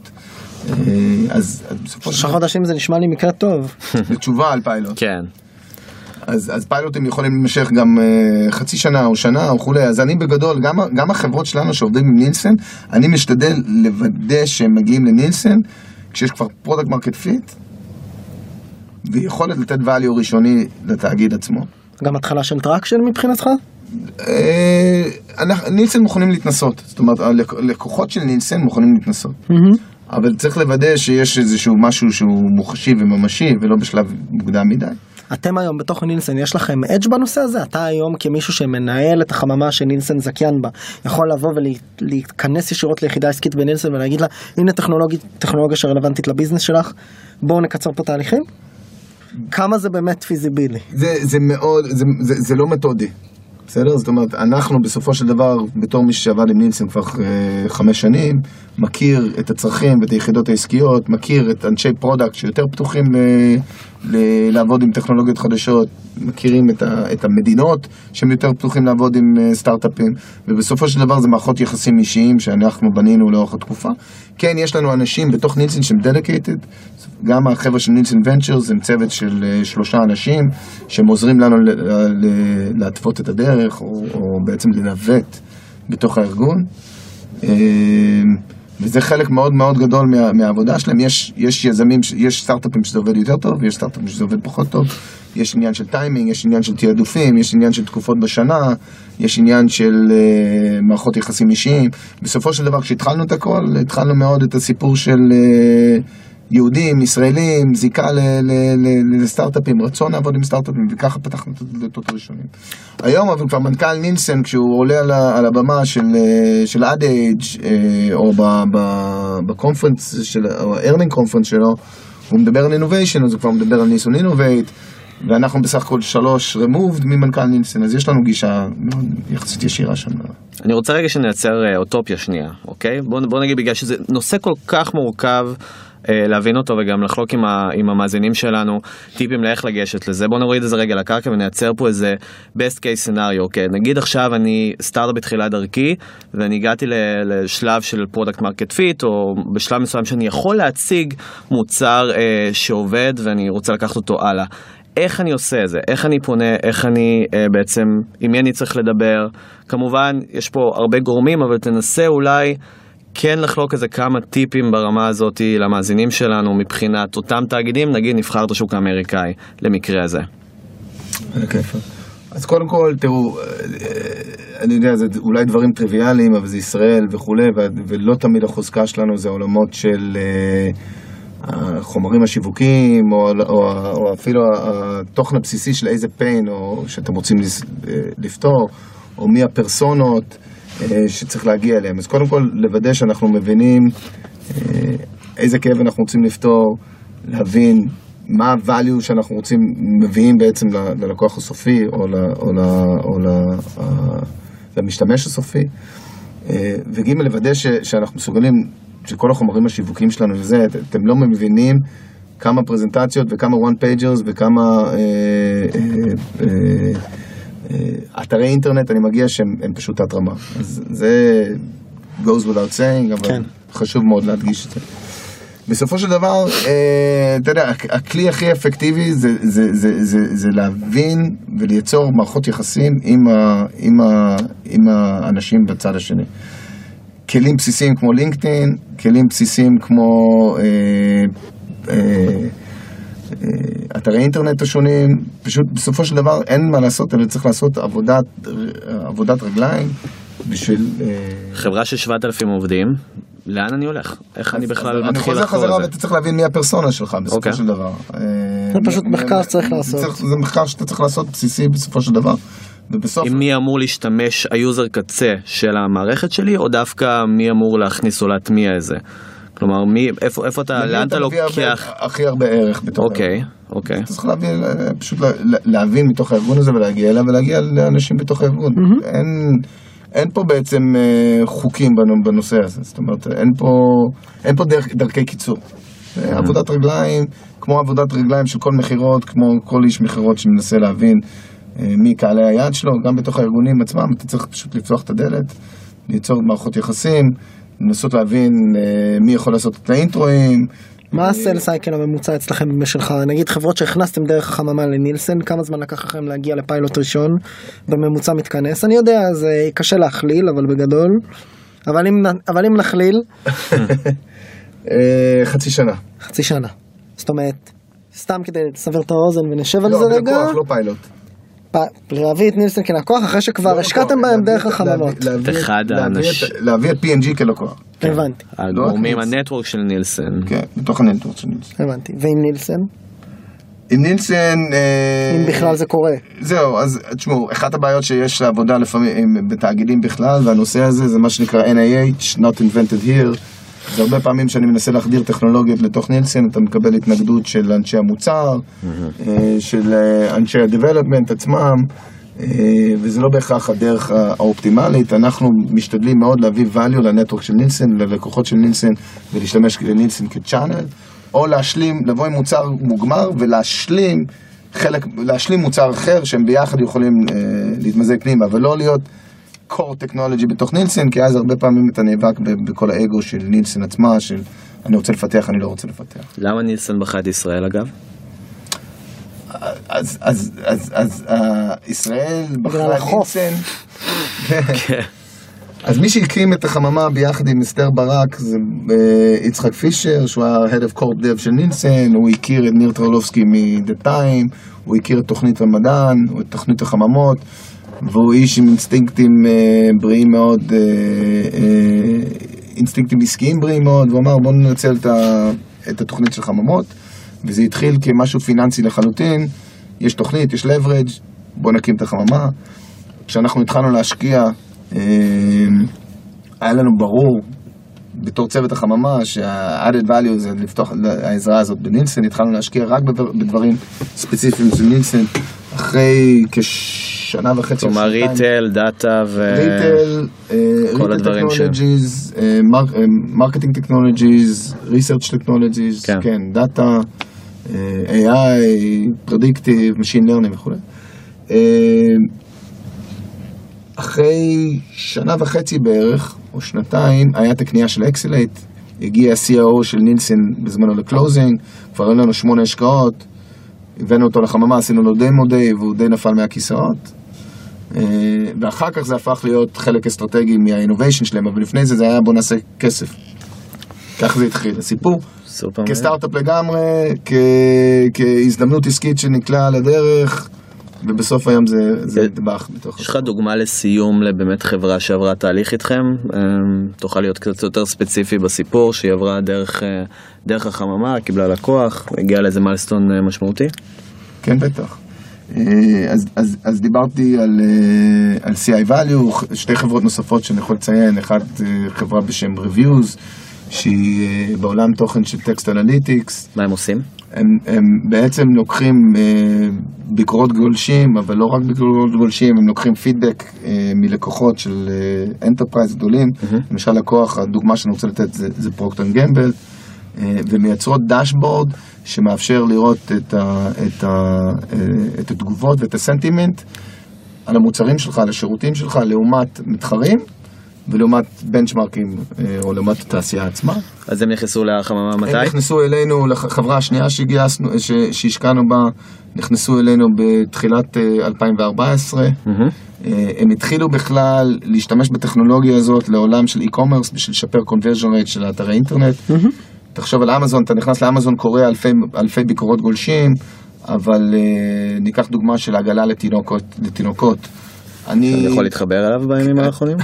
אז שלושה חודשים זה נשמע לי מקרה טוב. לתשובה על פיילוט. כן. אז, אז פיילוטים יכולים להימשך גם uh, חצי שנה או שנה או כולי, אז אני בגדול, גם, גם החברות שלנו שעובדים עם נילסן, אני משתדל לוודא שהם מגיעים לנילסן, כשיש כבר פרודקט מרקט פיט, ויכולת לתת value ראשוני לתאגיד עצמו. גם התחלה של טראקשן מבחינתך? Uh, נילסן מוכנים להתנסות, זאת אומרת, הלקוחות של נילסן מוכנים להתנסות. Mm-hmm. אבל צריך לוודא שיש איזשהו משהו שהוא מוחשי וממשי, ולא בשלב מוקדם מדי. אתם היום בתוך נילסן, יש לכם אדג' בנושא הזה? אתה היום כמישהו שמנהל את החממה שנילסן זכיין בה, יכול לבוא ולהיכנס ישירות ליחידה עסקית בנילסן ולהגיד לה, הנה טכנולוגיה שרלוונטית לביזנס שלך, בואו נקצר פה תהליכים? כמה זה באמת פיזיבילי? זה, זה מאוד, זה, זה, זה לא מתודי. בסדר? זאת אומרת, אנחנו בסופו של דבר, בתור מי שעבד עם נילסן כבר אה, חמש שנים, מכיר את הצרכים ואת היחידות העסקיות, מכיר את אנשי פרודקט שיותר פתוחים ל, ל, לעבוד עם טכנולוגיות חדשות, מכירים את, ה, את המדינות שהם יותר פתוחים לעבוד עם אה, סטארט-אפים, ובסופו של דבר זה מערכות יחסים אישיים שאנחנו בנינו לאורך התקופה. כן, יש לנו אנשים בתוך נילסן שהם dedicated, גם החבר'ה של נילסן ונצ'רס הם צוות של אה, שלושה אנשים שהם עוזרים לנו ל, ל, להתוות את הדרך, או, או בעצם לנווט בתוך הארגון. וזה חלק מאוד מאוד גדול מה, מהעבודה שלהם. יש, יש יזמים, יש סטארט-אפים שזה עובד יותר טוב, ויש סטארט-אפים שזה עובד פחות טוב. יש עניין של טיימינג, יש עניין של תיעדופים, יש עניין של תקופות בשנה, יש עניין של uh, מערכות יחסים אישיים. בסופו של דבר, כשהתחלנו את הכל, התחלנו מאוד את הסיפור של uh, יהודים, ישראלים, זיקה לסטארט-אפים, רצון לעבוד עם סטארט-אפים, וככה פתחנו את הדלתות הראשונים. היום, אבל כבר מנכ"ל נילסן, כשהוא עולה על הבמה של אדאג' או בקונפרנס, או הארנינג קונפרנס שלו, הוא מדבר על אינוביישן, אז הוא כבר מדבר על ניסון אינובייט, ואנחנו בסך הכל שלוש removed ממנכ"ל נילסן, אז יש לנו גישה מאוד יחסית ישירה שם. אני רוצה רגע שנייצר אוטופיה שנייה, אוקיי? בוא נגיד, בגלל שזה נושא כל כך מורכב, להבין אותו וגם לחלוק עם, ה, עם המאזינים שלנו טיפים לאיך לגשת לזה. בוא נוריד את זה רגע לקרקע ונייצר פה איזה best case scenario, אוקיי? נגיד עכשיו אני סטארט-אפ בתחילת דרכי ואני הגעתי לשלב של product market fit, או בשלב מסוים שאני יכול להציג מוצר אה, שעובד ואני רוצה לקחת אותו הלאה. איך אני עושה את זה? איך אני פונה? איך אני אה, בעצם, עם מי אני צריך לדבר? כמובן, יש פה הרבה גורמים, אבל תנסה אולי כן לחלוק איזה כמה טיפים ברמה הזאת למאזינים שלנו מבחינת אותם תאגידים, נגיד נבחר את השוק האמריקאי למקרה הזה. אז קודם כל, תראו, אני יודע, זה אולי דברים טריוויאליים, אבל זה ישראל וכולי, ולא תמיד החוזקה שלנו זה עולמות של החומרים השיווקיים, או אפילו התוכן הבסיסי של איזה פיין, או שאתם רוצים לפתור, או מי הפרסונות, שצריך להגיע אליהם. אז קודם כל, לוודא שאנחנו מבינים איזה כאב אנחנו רוצים לפתור, להבין מה ה-value שאנחנו רוצים, מביאים בעצם ללקוח הסופי, או, ל, או, ל, או ל, למשתמש הסופי. וגימל, לוודא ש, שאנחנו מסוגלים, שכל החומרים השיווקיים שלנו וזה, אתם לא מבינים כמה פרזנטציות וכמה one pagers וכמה אה, אה, אה, אתרי אינטרנט, אני מגיע שהם פשוט התרמה. אז זה goes without saying, אבל כן. חשוב מאוד להדגיש את זה. בסופו של דבר, אתה יודע, הכלי הכי אפקטיבי זה, זה, זה, זה, זה להבין וליצור מערכות יחסים עם, ה, עם, ה, עם האנשים בצד השני. כלים בסיסיים כמו לינקדאין, כלים בסיסיים כמו אה, אה, אה, אתרי אינטרנט השונים, פשוט בסופו של דבר אין מה לעשות, אלא צריך לעשות עבודת, עבודת רגליים בשביל... אה... חברה של שבעת אלפים עובדים, לאן אני הולך? איך אני בכלל מתחיל לחקור את זה? אני חוזר חזרה ואתה צריך להבין מי הפרסונה שלך בסופו של דבר. זה פשוט מחקר שצריך לעשות. זה מחקר שאתה צריך לעשות בסיסי בסופו של דבר. עם מי אמור להשתמש היוזר קצה של המערכת שלי, או דווקא מי אמור להכניס או להטמיע איזה? כלומר, מי, איפה, איפה אתה, לאן אתה לוקח? הכי הרבה ערך בתוך הארגון. אוקיי, אוקיי. אתה צריך להבין, פשוט להבין מתוך הארגון הזה ולהגיע אליו, ולהגיע לאנשים בתוך הארגון. אין... אין פה בעצם חוקים בנושא הזה, זאת אומרת, אין פה, אין פה דרך, דרכי קיצור. עבודת רגליים, כמו עבודת רגליים של כל מחירות, כמו כל איש מחירות שמנסה להבין מי קהלי היד שלו, גם בתוך הארגונים עצמם, אתה צריך פשוט לפתוח את הדלת, ליצור מערכות יחסים, לנסות להבין מי יכול לעשות את האינטרואים. מה הסל סייקל הממוצע אצלכם במשלך? נגיד חברות שהכנסתם דרך החממה לנילסן, כמה זמן לקח לכם להגיע לפיילוט ראשון בממוצע מתכנס? אני יודע, זה קשה להכליל, אבל בגדול. אבל אם, אבל אם נכליל... חצי שנה. חצי שנה. זאת אומרת, סתם כדי לסבר את האוזן ונשב על זה רגע. לא, בלקוח, לא פיילוט. להביא את נילסן כלקוח אחרי שכבר השקעתם בהם דרך החממות. להביא את פי אנד ג'י כלקוח. הבנתי. הגורמים הנטוורק של נילסן. כן, בתוך הנטוורק של נילסן. הבנתי. ועם נילסן? עם נילסן... אם בכלל זה קורה. זהו, אז תשמעו, אחת הבעיות שיש לעבודה לפעמים בתאגידים בכלל, והנושא הזה זה מה שנקרא אן איי אייץ', Not Invented Here. זה הרבה פעמים שאני מנסה להחדיר טכנולוגיות לתוך נילסן, אתה מקבל התנגדות של אנשי המוצר, של אנשי ה-development עצמם, וזה לא בהכרח הדרך האופטימלית. אנחנו משתדלים מאוד להביא value לנטוורק של נילסן, ללקוחות של נילסן, ולהשתמש לנילסן כצ'אנל, או להשלים, לבוא עם מוצר מוגמר ולהשלים חלק, להשלים מוצר אחר שהם ביחד יכולים להתמזג פנימה, אבל לא להיות core technology בתוך נילסן, כי אז הרבה פעמים אתה נאבק בכל האגו של נילסן עצמה, של אני רוצה לפתח, אני לא רוצה לפתח. למה נילסן בחרה את ישראל אגב? אז, אז, אז, אז, ישראל בחרה את נילסן. אז מי שהקים את החממה ביחד עם אסתר ברק זה יצחק פישר, שהוא ה-Head of Corp Dev של נילסן, הוא הכיר את ניר טרלובסקי מ-The Time, הוא הכיר את תוכנית רמדאן, או את תוכנית החממות, והוא איש עם אינסטינקטים בריאים מאוד, אינסטינקטים עסקיים בריאים מאוד, והוא אמר בואו ננצל את התוכנית של חממות, וזה התחיל כמשהו פיננסי לחלוטין, יש תוכנית, יש leverage, בואו נקים את החממה. כשאנחנו התחלנו להשקיע, היה לנו ברור בתור צוות החממה שה-added value זה לפתוח העזרה הזאת בנילסן, התחלנו להשקיע רק בדברים ספציפיים של נילסן, אחרי כשנה וחצי. כלומר ריטל, דאטה וכל הדברים שם. מרקטינג טכנולוגיז, ריסרצ' טכנולוגיז, כן, דאטה, איי איי, פרדיקטיב, משין לרנינג וכו'. אחרי שנה וחצי בערך, או שנתיים, היה את הקנייה של אקסלייט, הגיע ה-סי או או של נילסן בזמנו לקלוזינג, כבר היו לנו שמונה השקעות, הבאנו אותו לחממה, עשינו לו דמו דיי, והוא די נפל מהכיסאות, ואחר כך זה הפך להיות חלק אסטרטגי מהאינוביישן שלהם, אבל לפני זה זה היה בוא נעשה כסף. כך זה התחיל, הסיפור. כסטארט-אפ לגמרי, כהזדמנות עסקית שנקלעה על הדרך, ובסוף היום זה, זה דבח בתוך. יש לך דוגמה לסיום לבאמת חברה שעברה תהליך איתכם? תוכל להיות קצת יותר ספציפי בסיפור, שהיא עברה דרך, דרך החממה, קיבלה לקוח, הגיעה לאיזה מיילסטון משמעותי? כן, בטח. אז, אז, אז דיברתי על, על סי איי value, שתי חברות נוספות שאני יכול לציין, אחת חברה בשם Reviews, שהיא בעולם תוכן של טקסט אנליטיקס. מה הם עושים? הם, הם בעצם לוקחים אה, ביקורות גולשים, אבל לא רק ביקורות גולשים, הם לוקחים פידבק אה, מלקוחות של אה, אנטרפרייז גדולים. Mm-hmm. למשל לקוח, הדוגמה שאני רוצה לתת זה, זה פרוקטר אנד גמבל, אה, ומייצרות דשבורד שמאפשר לראות את, ה, את, ה, אה, את התגובות ואת הסנטימנט על המוצרים שלך, על השירותים שלך, לעומת מתחרים, ולעומת בנצ'מרקים או לעומת התעשייה עצמה. אז הם נכנסו לחממה מתי? הם נכנסו אלינו, לחברה השנייה שגייסנו, שהשקענו בה, נכנסו אלינו בתחילת אלפיים וארבע עשרה. הם התחילו בכלל להשתמש בטכנולוגיה הזאת לעולם של e-commerce בשביל לשפר conversion rate של אתרי אינטרנט. תחשוב על אמזון, אתה נכנס לאמזון, קורא אלפי, אלפי ביקורות גולשים, אבל uh, ניקח דוגמה של עגלה לתינוקות, לתינוקות. אני יכול להתחבר אליו בימים האחרונים?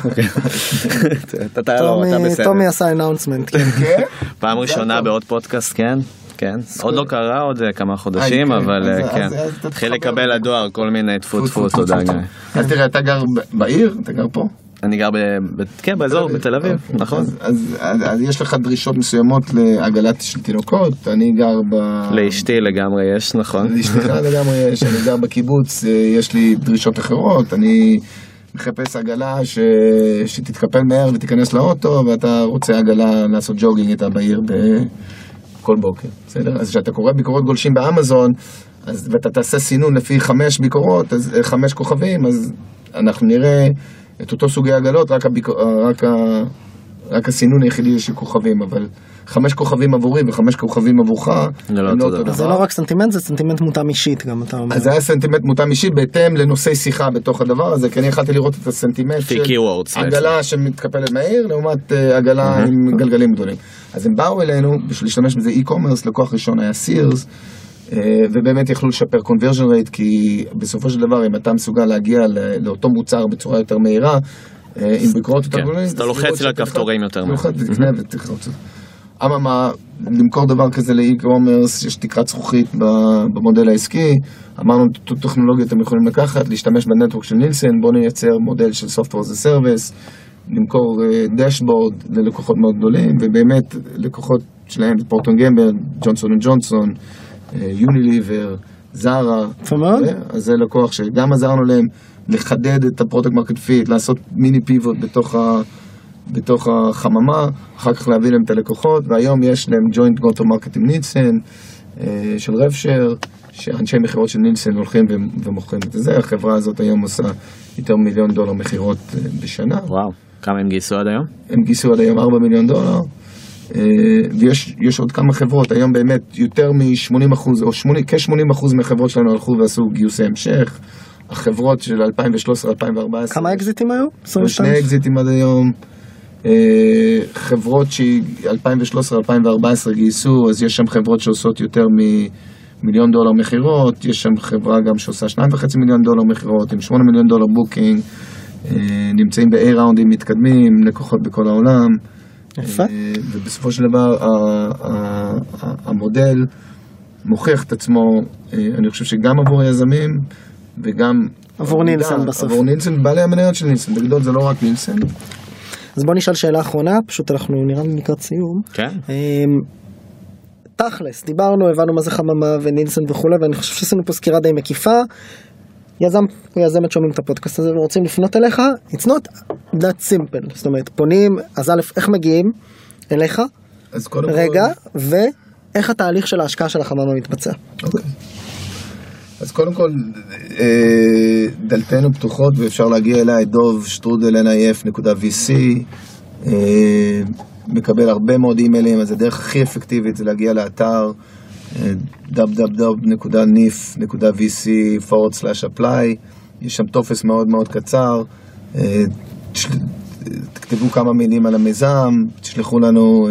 תומי עשה אנאונסמנט. פעם ראשונה בעוד פודקאסט, כן? כן. עוד לא קרה, עוד כמה חודשים, אבל כן. התחיל לקבל לדואר כל מיני טפו טפו, תודה גיא. אז תראה, אתה גר בעיר? אתה גר פה? אני גר כן, באזור, בתל אביב, נכון. אז יש לך דרישות מסוימות לעגלת של תינוקות, אני גר ב... לאשתי לגמרי יש, נכון. לאשתך לגמרי יש, אני גר בקיבוץ, יש לי דרישות אחרות, אני מחפש עגלה שתתקפל מהר ותיכנס לאוטו, ואתה רוצה עגלה לעשות ג'וגינג איתה בעיר בכל בוקר, בסדר? אז כשאתה קורא ביקורות גולשים באמזון, ואתה תעשה סינון לפי חמש ביקורות, חמש כוכבים, אז אנחנו נראה את אותו סוגי עגלות, רק, הביק... רק, ה... רק הסינון היחידי של כוכבים, אבל חמש כוכבים עבורי וחמש כוכבים עבורך, לא לא אותו דבר. זה לא רק סנטימנט, זה סנטימנט מותאם אישית גם, אתה אומר. אז זה היה סנטימנט מותאם אישית, בהתאם לנושאי שיחה בתוך הדבר הזה, כי אני יכלתי לראות את הסנטימנט של עגלה שמתקפלת מהיר, לעומת עגלה עם גלגלים גדולים. אז הם באו אלינו, בשביל להשתמש בזה e-commerce, לקוח ראשון היה סירס, ובאמת יכלו לשפר conversion rate, כי בסופו של דבר, אם אתה מסוגל להגיע לאותו מוצר בצורה יותר מהירה, עם ביקורות יותר גדולים, אז אתה לוחץ לכפתורים יותר מהר. אממה, למכור דבר כזה לאי-קומרס, יש תקרת זכוכית במודל העסקי, אמרנו, את הטכנולוגיה אתם יכולים לקחת, להשתמש בנטוורק של נילסן, בואו נייצר מודל של Software as a Service, למכור דשבורד ללקוחות מאוד גדולים, ובאמת לקוחות שלהם, פורטון גמבר, ג'ונסון וג'ונסון, יוניליבר, זרה, אז זה לקוח שגם עזרנו להם לחדד את הפרודקט מרקט פיט, לעשות מיני פיבוט בתוך, ה, בתוך החממה, אחר כך להביא להם את הלקוחות, והיום יש להם ג'וינט גוטו מרקט עם נילסן, של רבשר, שאנשי מחירות של נילסן הולכים ומוכרים את זה. החברה הזאת היום עושה יותר מיליון דולר מחירות בשנה. וואו, כמה הם גייסו עד היום? הם גייסו עד היום ארבעה מיליון דולר. ויש יש עוד כמה חברות, היום באמת יותר מ-שמונים אחוז, או כ-שמונים אחוז מהחברות שלנו הלכו ועשו גיוסי המשך. החברות של אלפיים ושלוש עשרה אלפיים וארבע עשרה. כמה אקזיטים היו? שני אקזיטים עד היום. חברות ש-אלפיים ושלוש עשרה אלפיים וארבע עשרה גייסו, אז יש שם חברות שעושות יותר ממיליון דולר מחירות, יש שם חברה גם שעושה שניים וחצי מיליון דולר מחירות, עם שמונה מיליון דולר בוקינג, נמצאים ב-A ראונדים מתקדמים, לקוחות בכל העולם. יפה. ובסופו של דבר המודל מוכיח את עצמו, אני חושב שגם עבור היזמים וגם עבור נילסן בסוף. עבור נילסן, בעלי המניות של נילסן, בגדול זה לא רק נילסן. אז בוא נשאל שאלה אחרונה, פשוט אנחנו נראה לי לקראת סיום. כן. תכלס, דיברנו, הבנו מה זה חממה ונילסן וכו', ואני חושב שעשינו פה סקירה די מקיפה. יזם ויזמת שומעים את הפודקאסט הזה ורוצים לפנות אליך, it's not that simple, זאת אומרת, פונים, אז א', איך מגיעים אליך, רגע, ואיך התהליך של ההשקעה של החממה מתבצע. אוקיי. אז קודם כל, דלתנו פתוחות ואפשר להגיע אליי, דוב שטרודל אן איי אף נקודה וי סי, מקבל הרבה מאוד אימיילים, אז הדרך הכי אפקטיבית זה להגיע לאתר, דאבליו דאבליו דאבליו נקודה ניף נקודה וי סי פורוורד סלאש אפליי, יש שם טופס מאוד מאוד קצר, תכתבו כמה מילים על המיזם, תשלחו לנו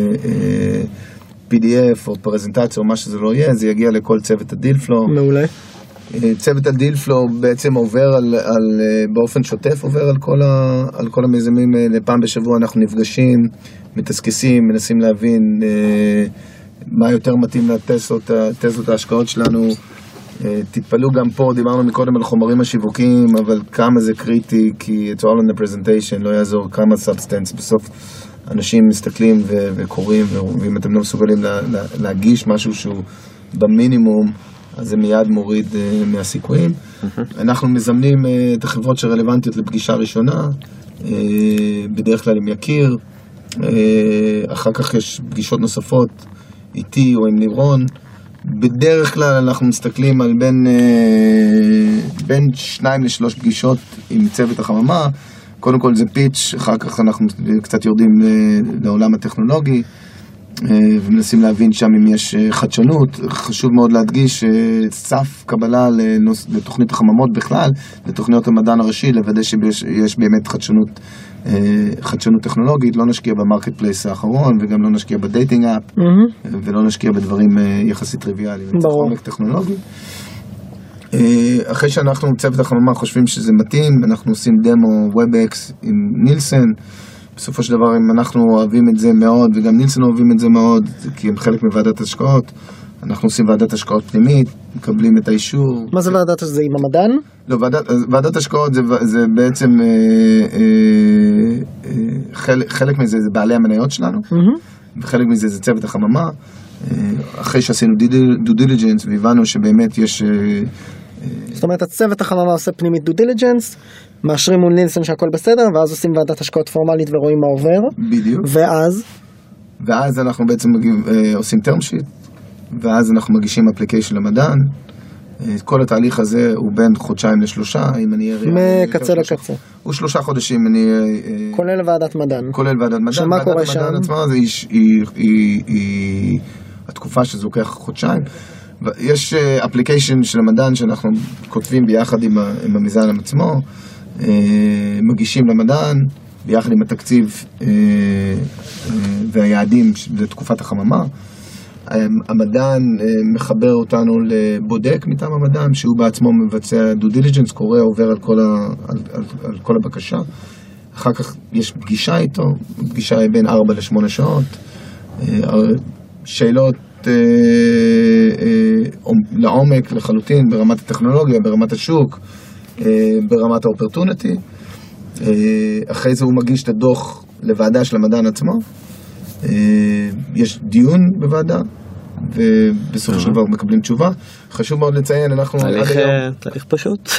פי די אף או פרזנטציה או מה שזה לא יהיה, זה יגיע לכל צוות הדיל פלו. מעולה. צוות הדיל פלו בעצם עובר על, על, באופן שוטף עובר על כל, ה, על כל המיזמים האלה, פעם בשבוע אנחנו נפגשים, מתסכסים, מנסים להבין מה יותר מתאים לתזות, תזות ההשקעות שלנו. תתפלו גם פה, דיברנו מקודם על חומרים השיווקיים, אבל כמה זה קריטי, כי it's all on the presentation, לא יעזור כמה substance, בסוף אנשים מסתכלים ו- וקוראים, ואם אתם לא מסוגלים לה- לה- להגיש משהו שהוא במינימום, אז זה מיד מוריד uh, מהסיכויים. אנחנו מזמנים uh, את החברות שרלוונטיות לפגישה ראשונה, uh, בדרך כלל עם יקיר, uh, אחר כך יש פגישות נוספות איתי או עם לירון. בדרך כלל אנחנו מסתכלים על בין, uh, בין שניים לשלוש פגישות עם צוות החממה, קודם כל זה פיץ', אחר כך אנחנו קצת יורדים לעולם הטכנולוגי, ומנסים להבין שם אם יש חדשנות. חשוב מאוד להדגיש סף קבלה לתוכנית החממות בכלל, לתוכניות המדען הראשי, לוודא שיש באמת חדשנות, חדשנות טכנולוגית. לא נשקיע במרקט פלייס האחרון, וגם לא נשקיע בדייטינג אפ, mm-hmm. ולא נשקיע בדברים יחסית טריוויאליים. ברור. עומק טכנולוגי. אחרי שאנחנו צוות החממה חושבים שזה מתאים, אנחנו עושים דמו וובקס עם נילסן. בסופו של דבר, אם אנחנו אוהבים את זה מאוד, וגם נילסון אוהבים את זה מאוד, כי הם חלק מוועדת השקעות, אנחנו עושים ועדת השקעות פנימית, מקבלים את האישור. מה זה ועדת השקעות? זה עם המדען? לא, ועדת, ועדת השקעות זה, זה בעצם, אה, אה, אה, חלק, חלק מזה זה בעלי המניות שלנו, mm-hmm. וחלק מזה זה צוות החממה. אה, אחרי שעשינו דו דיליג'נס, והבנו שבאמת יש... אה, זאת אומרת, הצוות החממה עושה פנימית דו דיליג'נס, מאשרים מול נילסון שהכל בסדר, ואז עושים ועדת השקעות פורמלית ורואים מה עובר. בדיוק. ואז? ואז אנחנו בעצם מגיב, אה, עושים term sheet, ואז אנחנו מגישים אפליקיישן למדען. אה, כל התהליך הזה הוא בין חודשיים לשלושה, אם אני אראה... מקצה לקצה. הוא שלושה חודשים, אני... אה, כולל ועדת מדען. כולל ועדת מדען. שמה קורה שם? ועדת מדען עצמה, זה היא, היא, היא, היא התקופה שזה לוקח חודשיים. יש אפליקיישן של המדען שאנחנו כותבים ביחד עם, עם המזן עצמו, מגישים למדען ביחד עם התקציב והיעדים לתקופת החממה. המדען מחבר אותנו לבודק מטעם המדען, שהוא בעצמו מבצע דו דיליג'נס, קורא, עובר על כל, ה, על, על, על כל הבקשה. אחר כך יש פגישה איתו, פגישה בין ארבע לשמונה שעות, שאלות לעומק לחלוטין, ברמת הטכנולוגיה, ברמת השוק, ברמת האופרטוניטי. אחרי זה הוא מגיש את הדוח לוועדה של המדען עצמו. יש דיון בוועדה, ובסופו של דבר מקבלים תשובה. חשוב מאוד לציין, אנחנו... תהליך פשוט.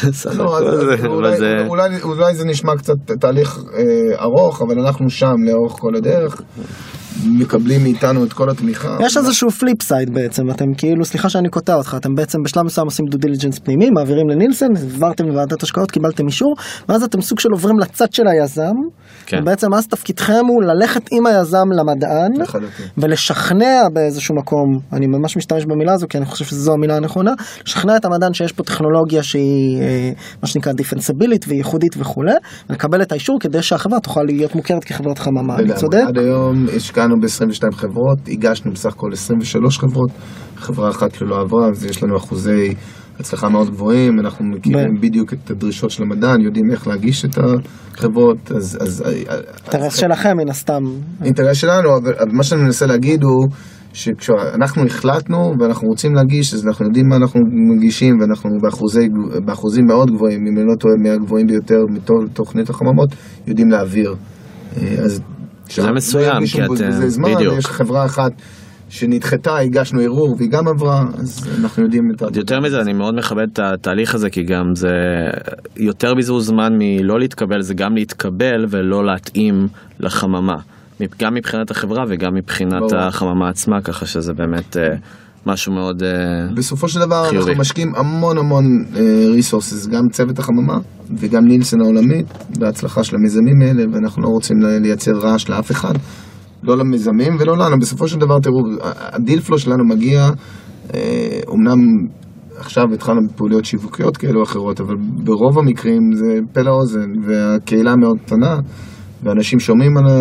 אולי זה נשמע קצת תהליך ארוך, אבל אנחנו שם לאורך כל הדרך. מקבלים מאיתנו את כל התמיכה. יש איזשהו פליפ סייד בעצם, אתם כאילו, סליחה שאני קוטע אותך, אתם בעצם בשלב מסוים עושים דו דיליג'נס פנימי, מעבירים לנילסון, עברתם לוועדת השקעות, קיבלתם אישור, ואז אתם סוג של עוברים לצד של היזם, כן. ובעצם אז תפקידכם הוא ללכת עם היזם למדען, לחלוטין. ולשכנע באיזשהו מקום, אני ממש משתמש במילה הזו, כי אני חושב שזו המילה הנכונה, לשכנע את המדען שיש פה טכנולוגיה שהיא, מה שנקרא, דיפנסיבילית וייחודית וכו', ולקבל את האישור כדי שהחברה תוכל להיות מוכרת כחברת חממה. אני צודק? עד היום השקענו ב-עשרים ושתיים חברות, הגשנו בסך הכל עשרים ושלוש חברות, חברה אחת שלא עברה, אז יש לנו אחוזי הצלחה מאוד גבוהים, אנחנו מכירים בדיוק את הדרישות של המדען, יודעים איך להגיש את החברות, אז... אינטרס שלכם מן הסתם. אינטרס שלנו, אבל מה שאני מנסה להגיד הוא שכשאנחנו החלטנו ואנחנו רוצים להגיש, אז אנחנו יודעים מה אנחנו מגישים, ואנחנו באחוזים מאוד גבוהים, אם אני לא טועה מהגבוהים ביותר מתוכנית החממות, יודעים להעביר. אז שזה מסוים, כי אתם, בדיוק. יש חברה אחת שנדחתה, הגשנו ערעור, והיא גם עברה, אז אנחנו יודעים את זה. יותר מזה, אני מאוד מכבד את התהליך הזה, כי גם זה יותר בזבוז זמן מלא להתקבל, זה גם להתקבל ולא להתאים לחממה. גם מבחינת החברה וגם מבחינת ברור. החממה עצמה, ככה שזה באמת משהו מאוד חיובי. בסופו של דבר חיובי. אנחנו משקיעים המון המון ריסורסס, גם צוות החממה וגם נילסון העולמית, בהצלחה של המיזמים האלה, ואנחנו לא רוצים לייצר רעש לאף אחד, לא למיזמים ולא לנו. בסופו של דבר, תראו, הדיל פלו שלנו מגיע, אומנם עכשיו התחלנו בפעוליות שיווקיות כאלו או אחרות, אבל ברוב המקרים זה פה לאוזן, והקהילה מאוד קטנה, ואנשים שומעים על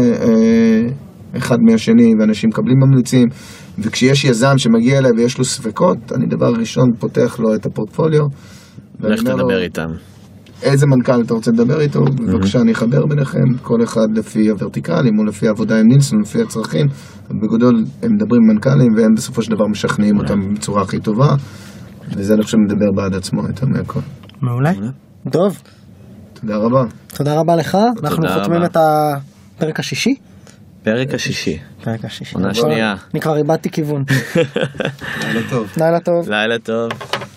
אחד מהשני, ואנשים מקבלים ממליצים, וכשיש יזם שמגיע אליי ויש לו ספקות, אני דבר ראשון פותח לו את הפורטפוליו. לך תדבר איתם. איזה מנכ"ל אתה רוצה לדבר איתו? בבקשה, אני אחבר ביניכם, כל אחד לפי הוורטיקלים, או לפי העבודה עם נילסון, לפי הצרכים. בגדול, הם מדברים עם מנכ"לים, והם בסופו של דבר משכנעים אותם בצורה הכי טובה, וזה אני חושב מדבר בעד עצמו יותר מהכל. מעולה. טוב. תודה רבה. תודה רבה לך. אנחנו חותמים את הפרק השישי. פרק השישי. פרק השישי. עונה שנייה. אני כבר איבדתי כיוון. לילה טוב. לילה טוב. לילה טוב.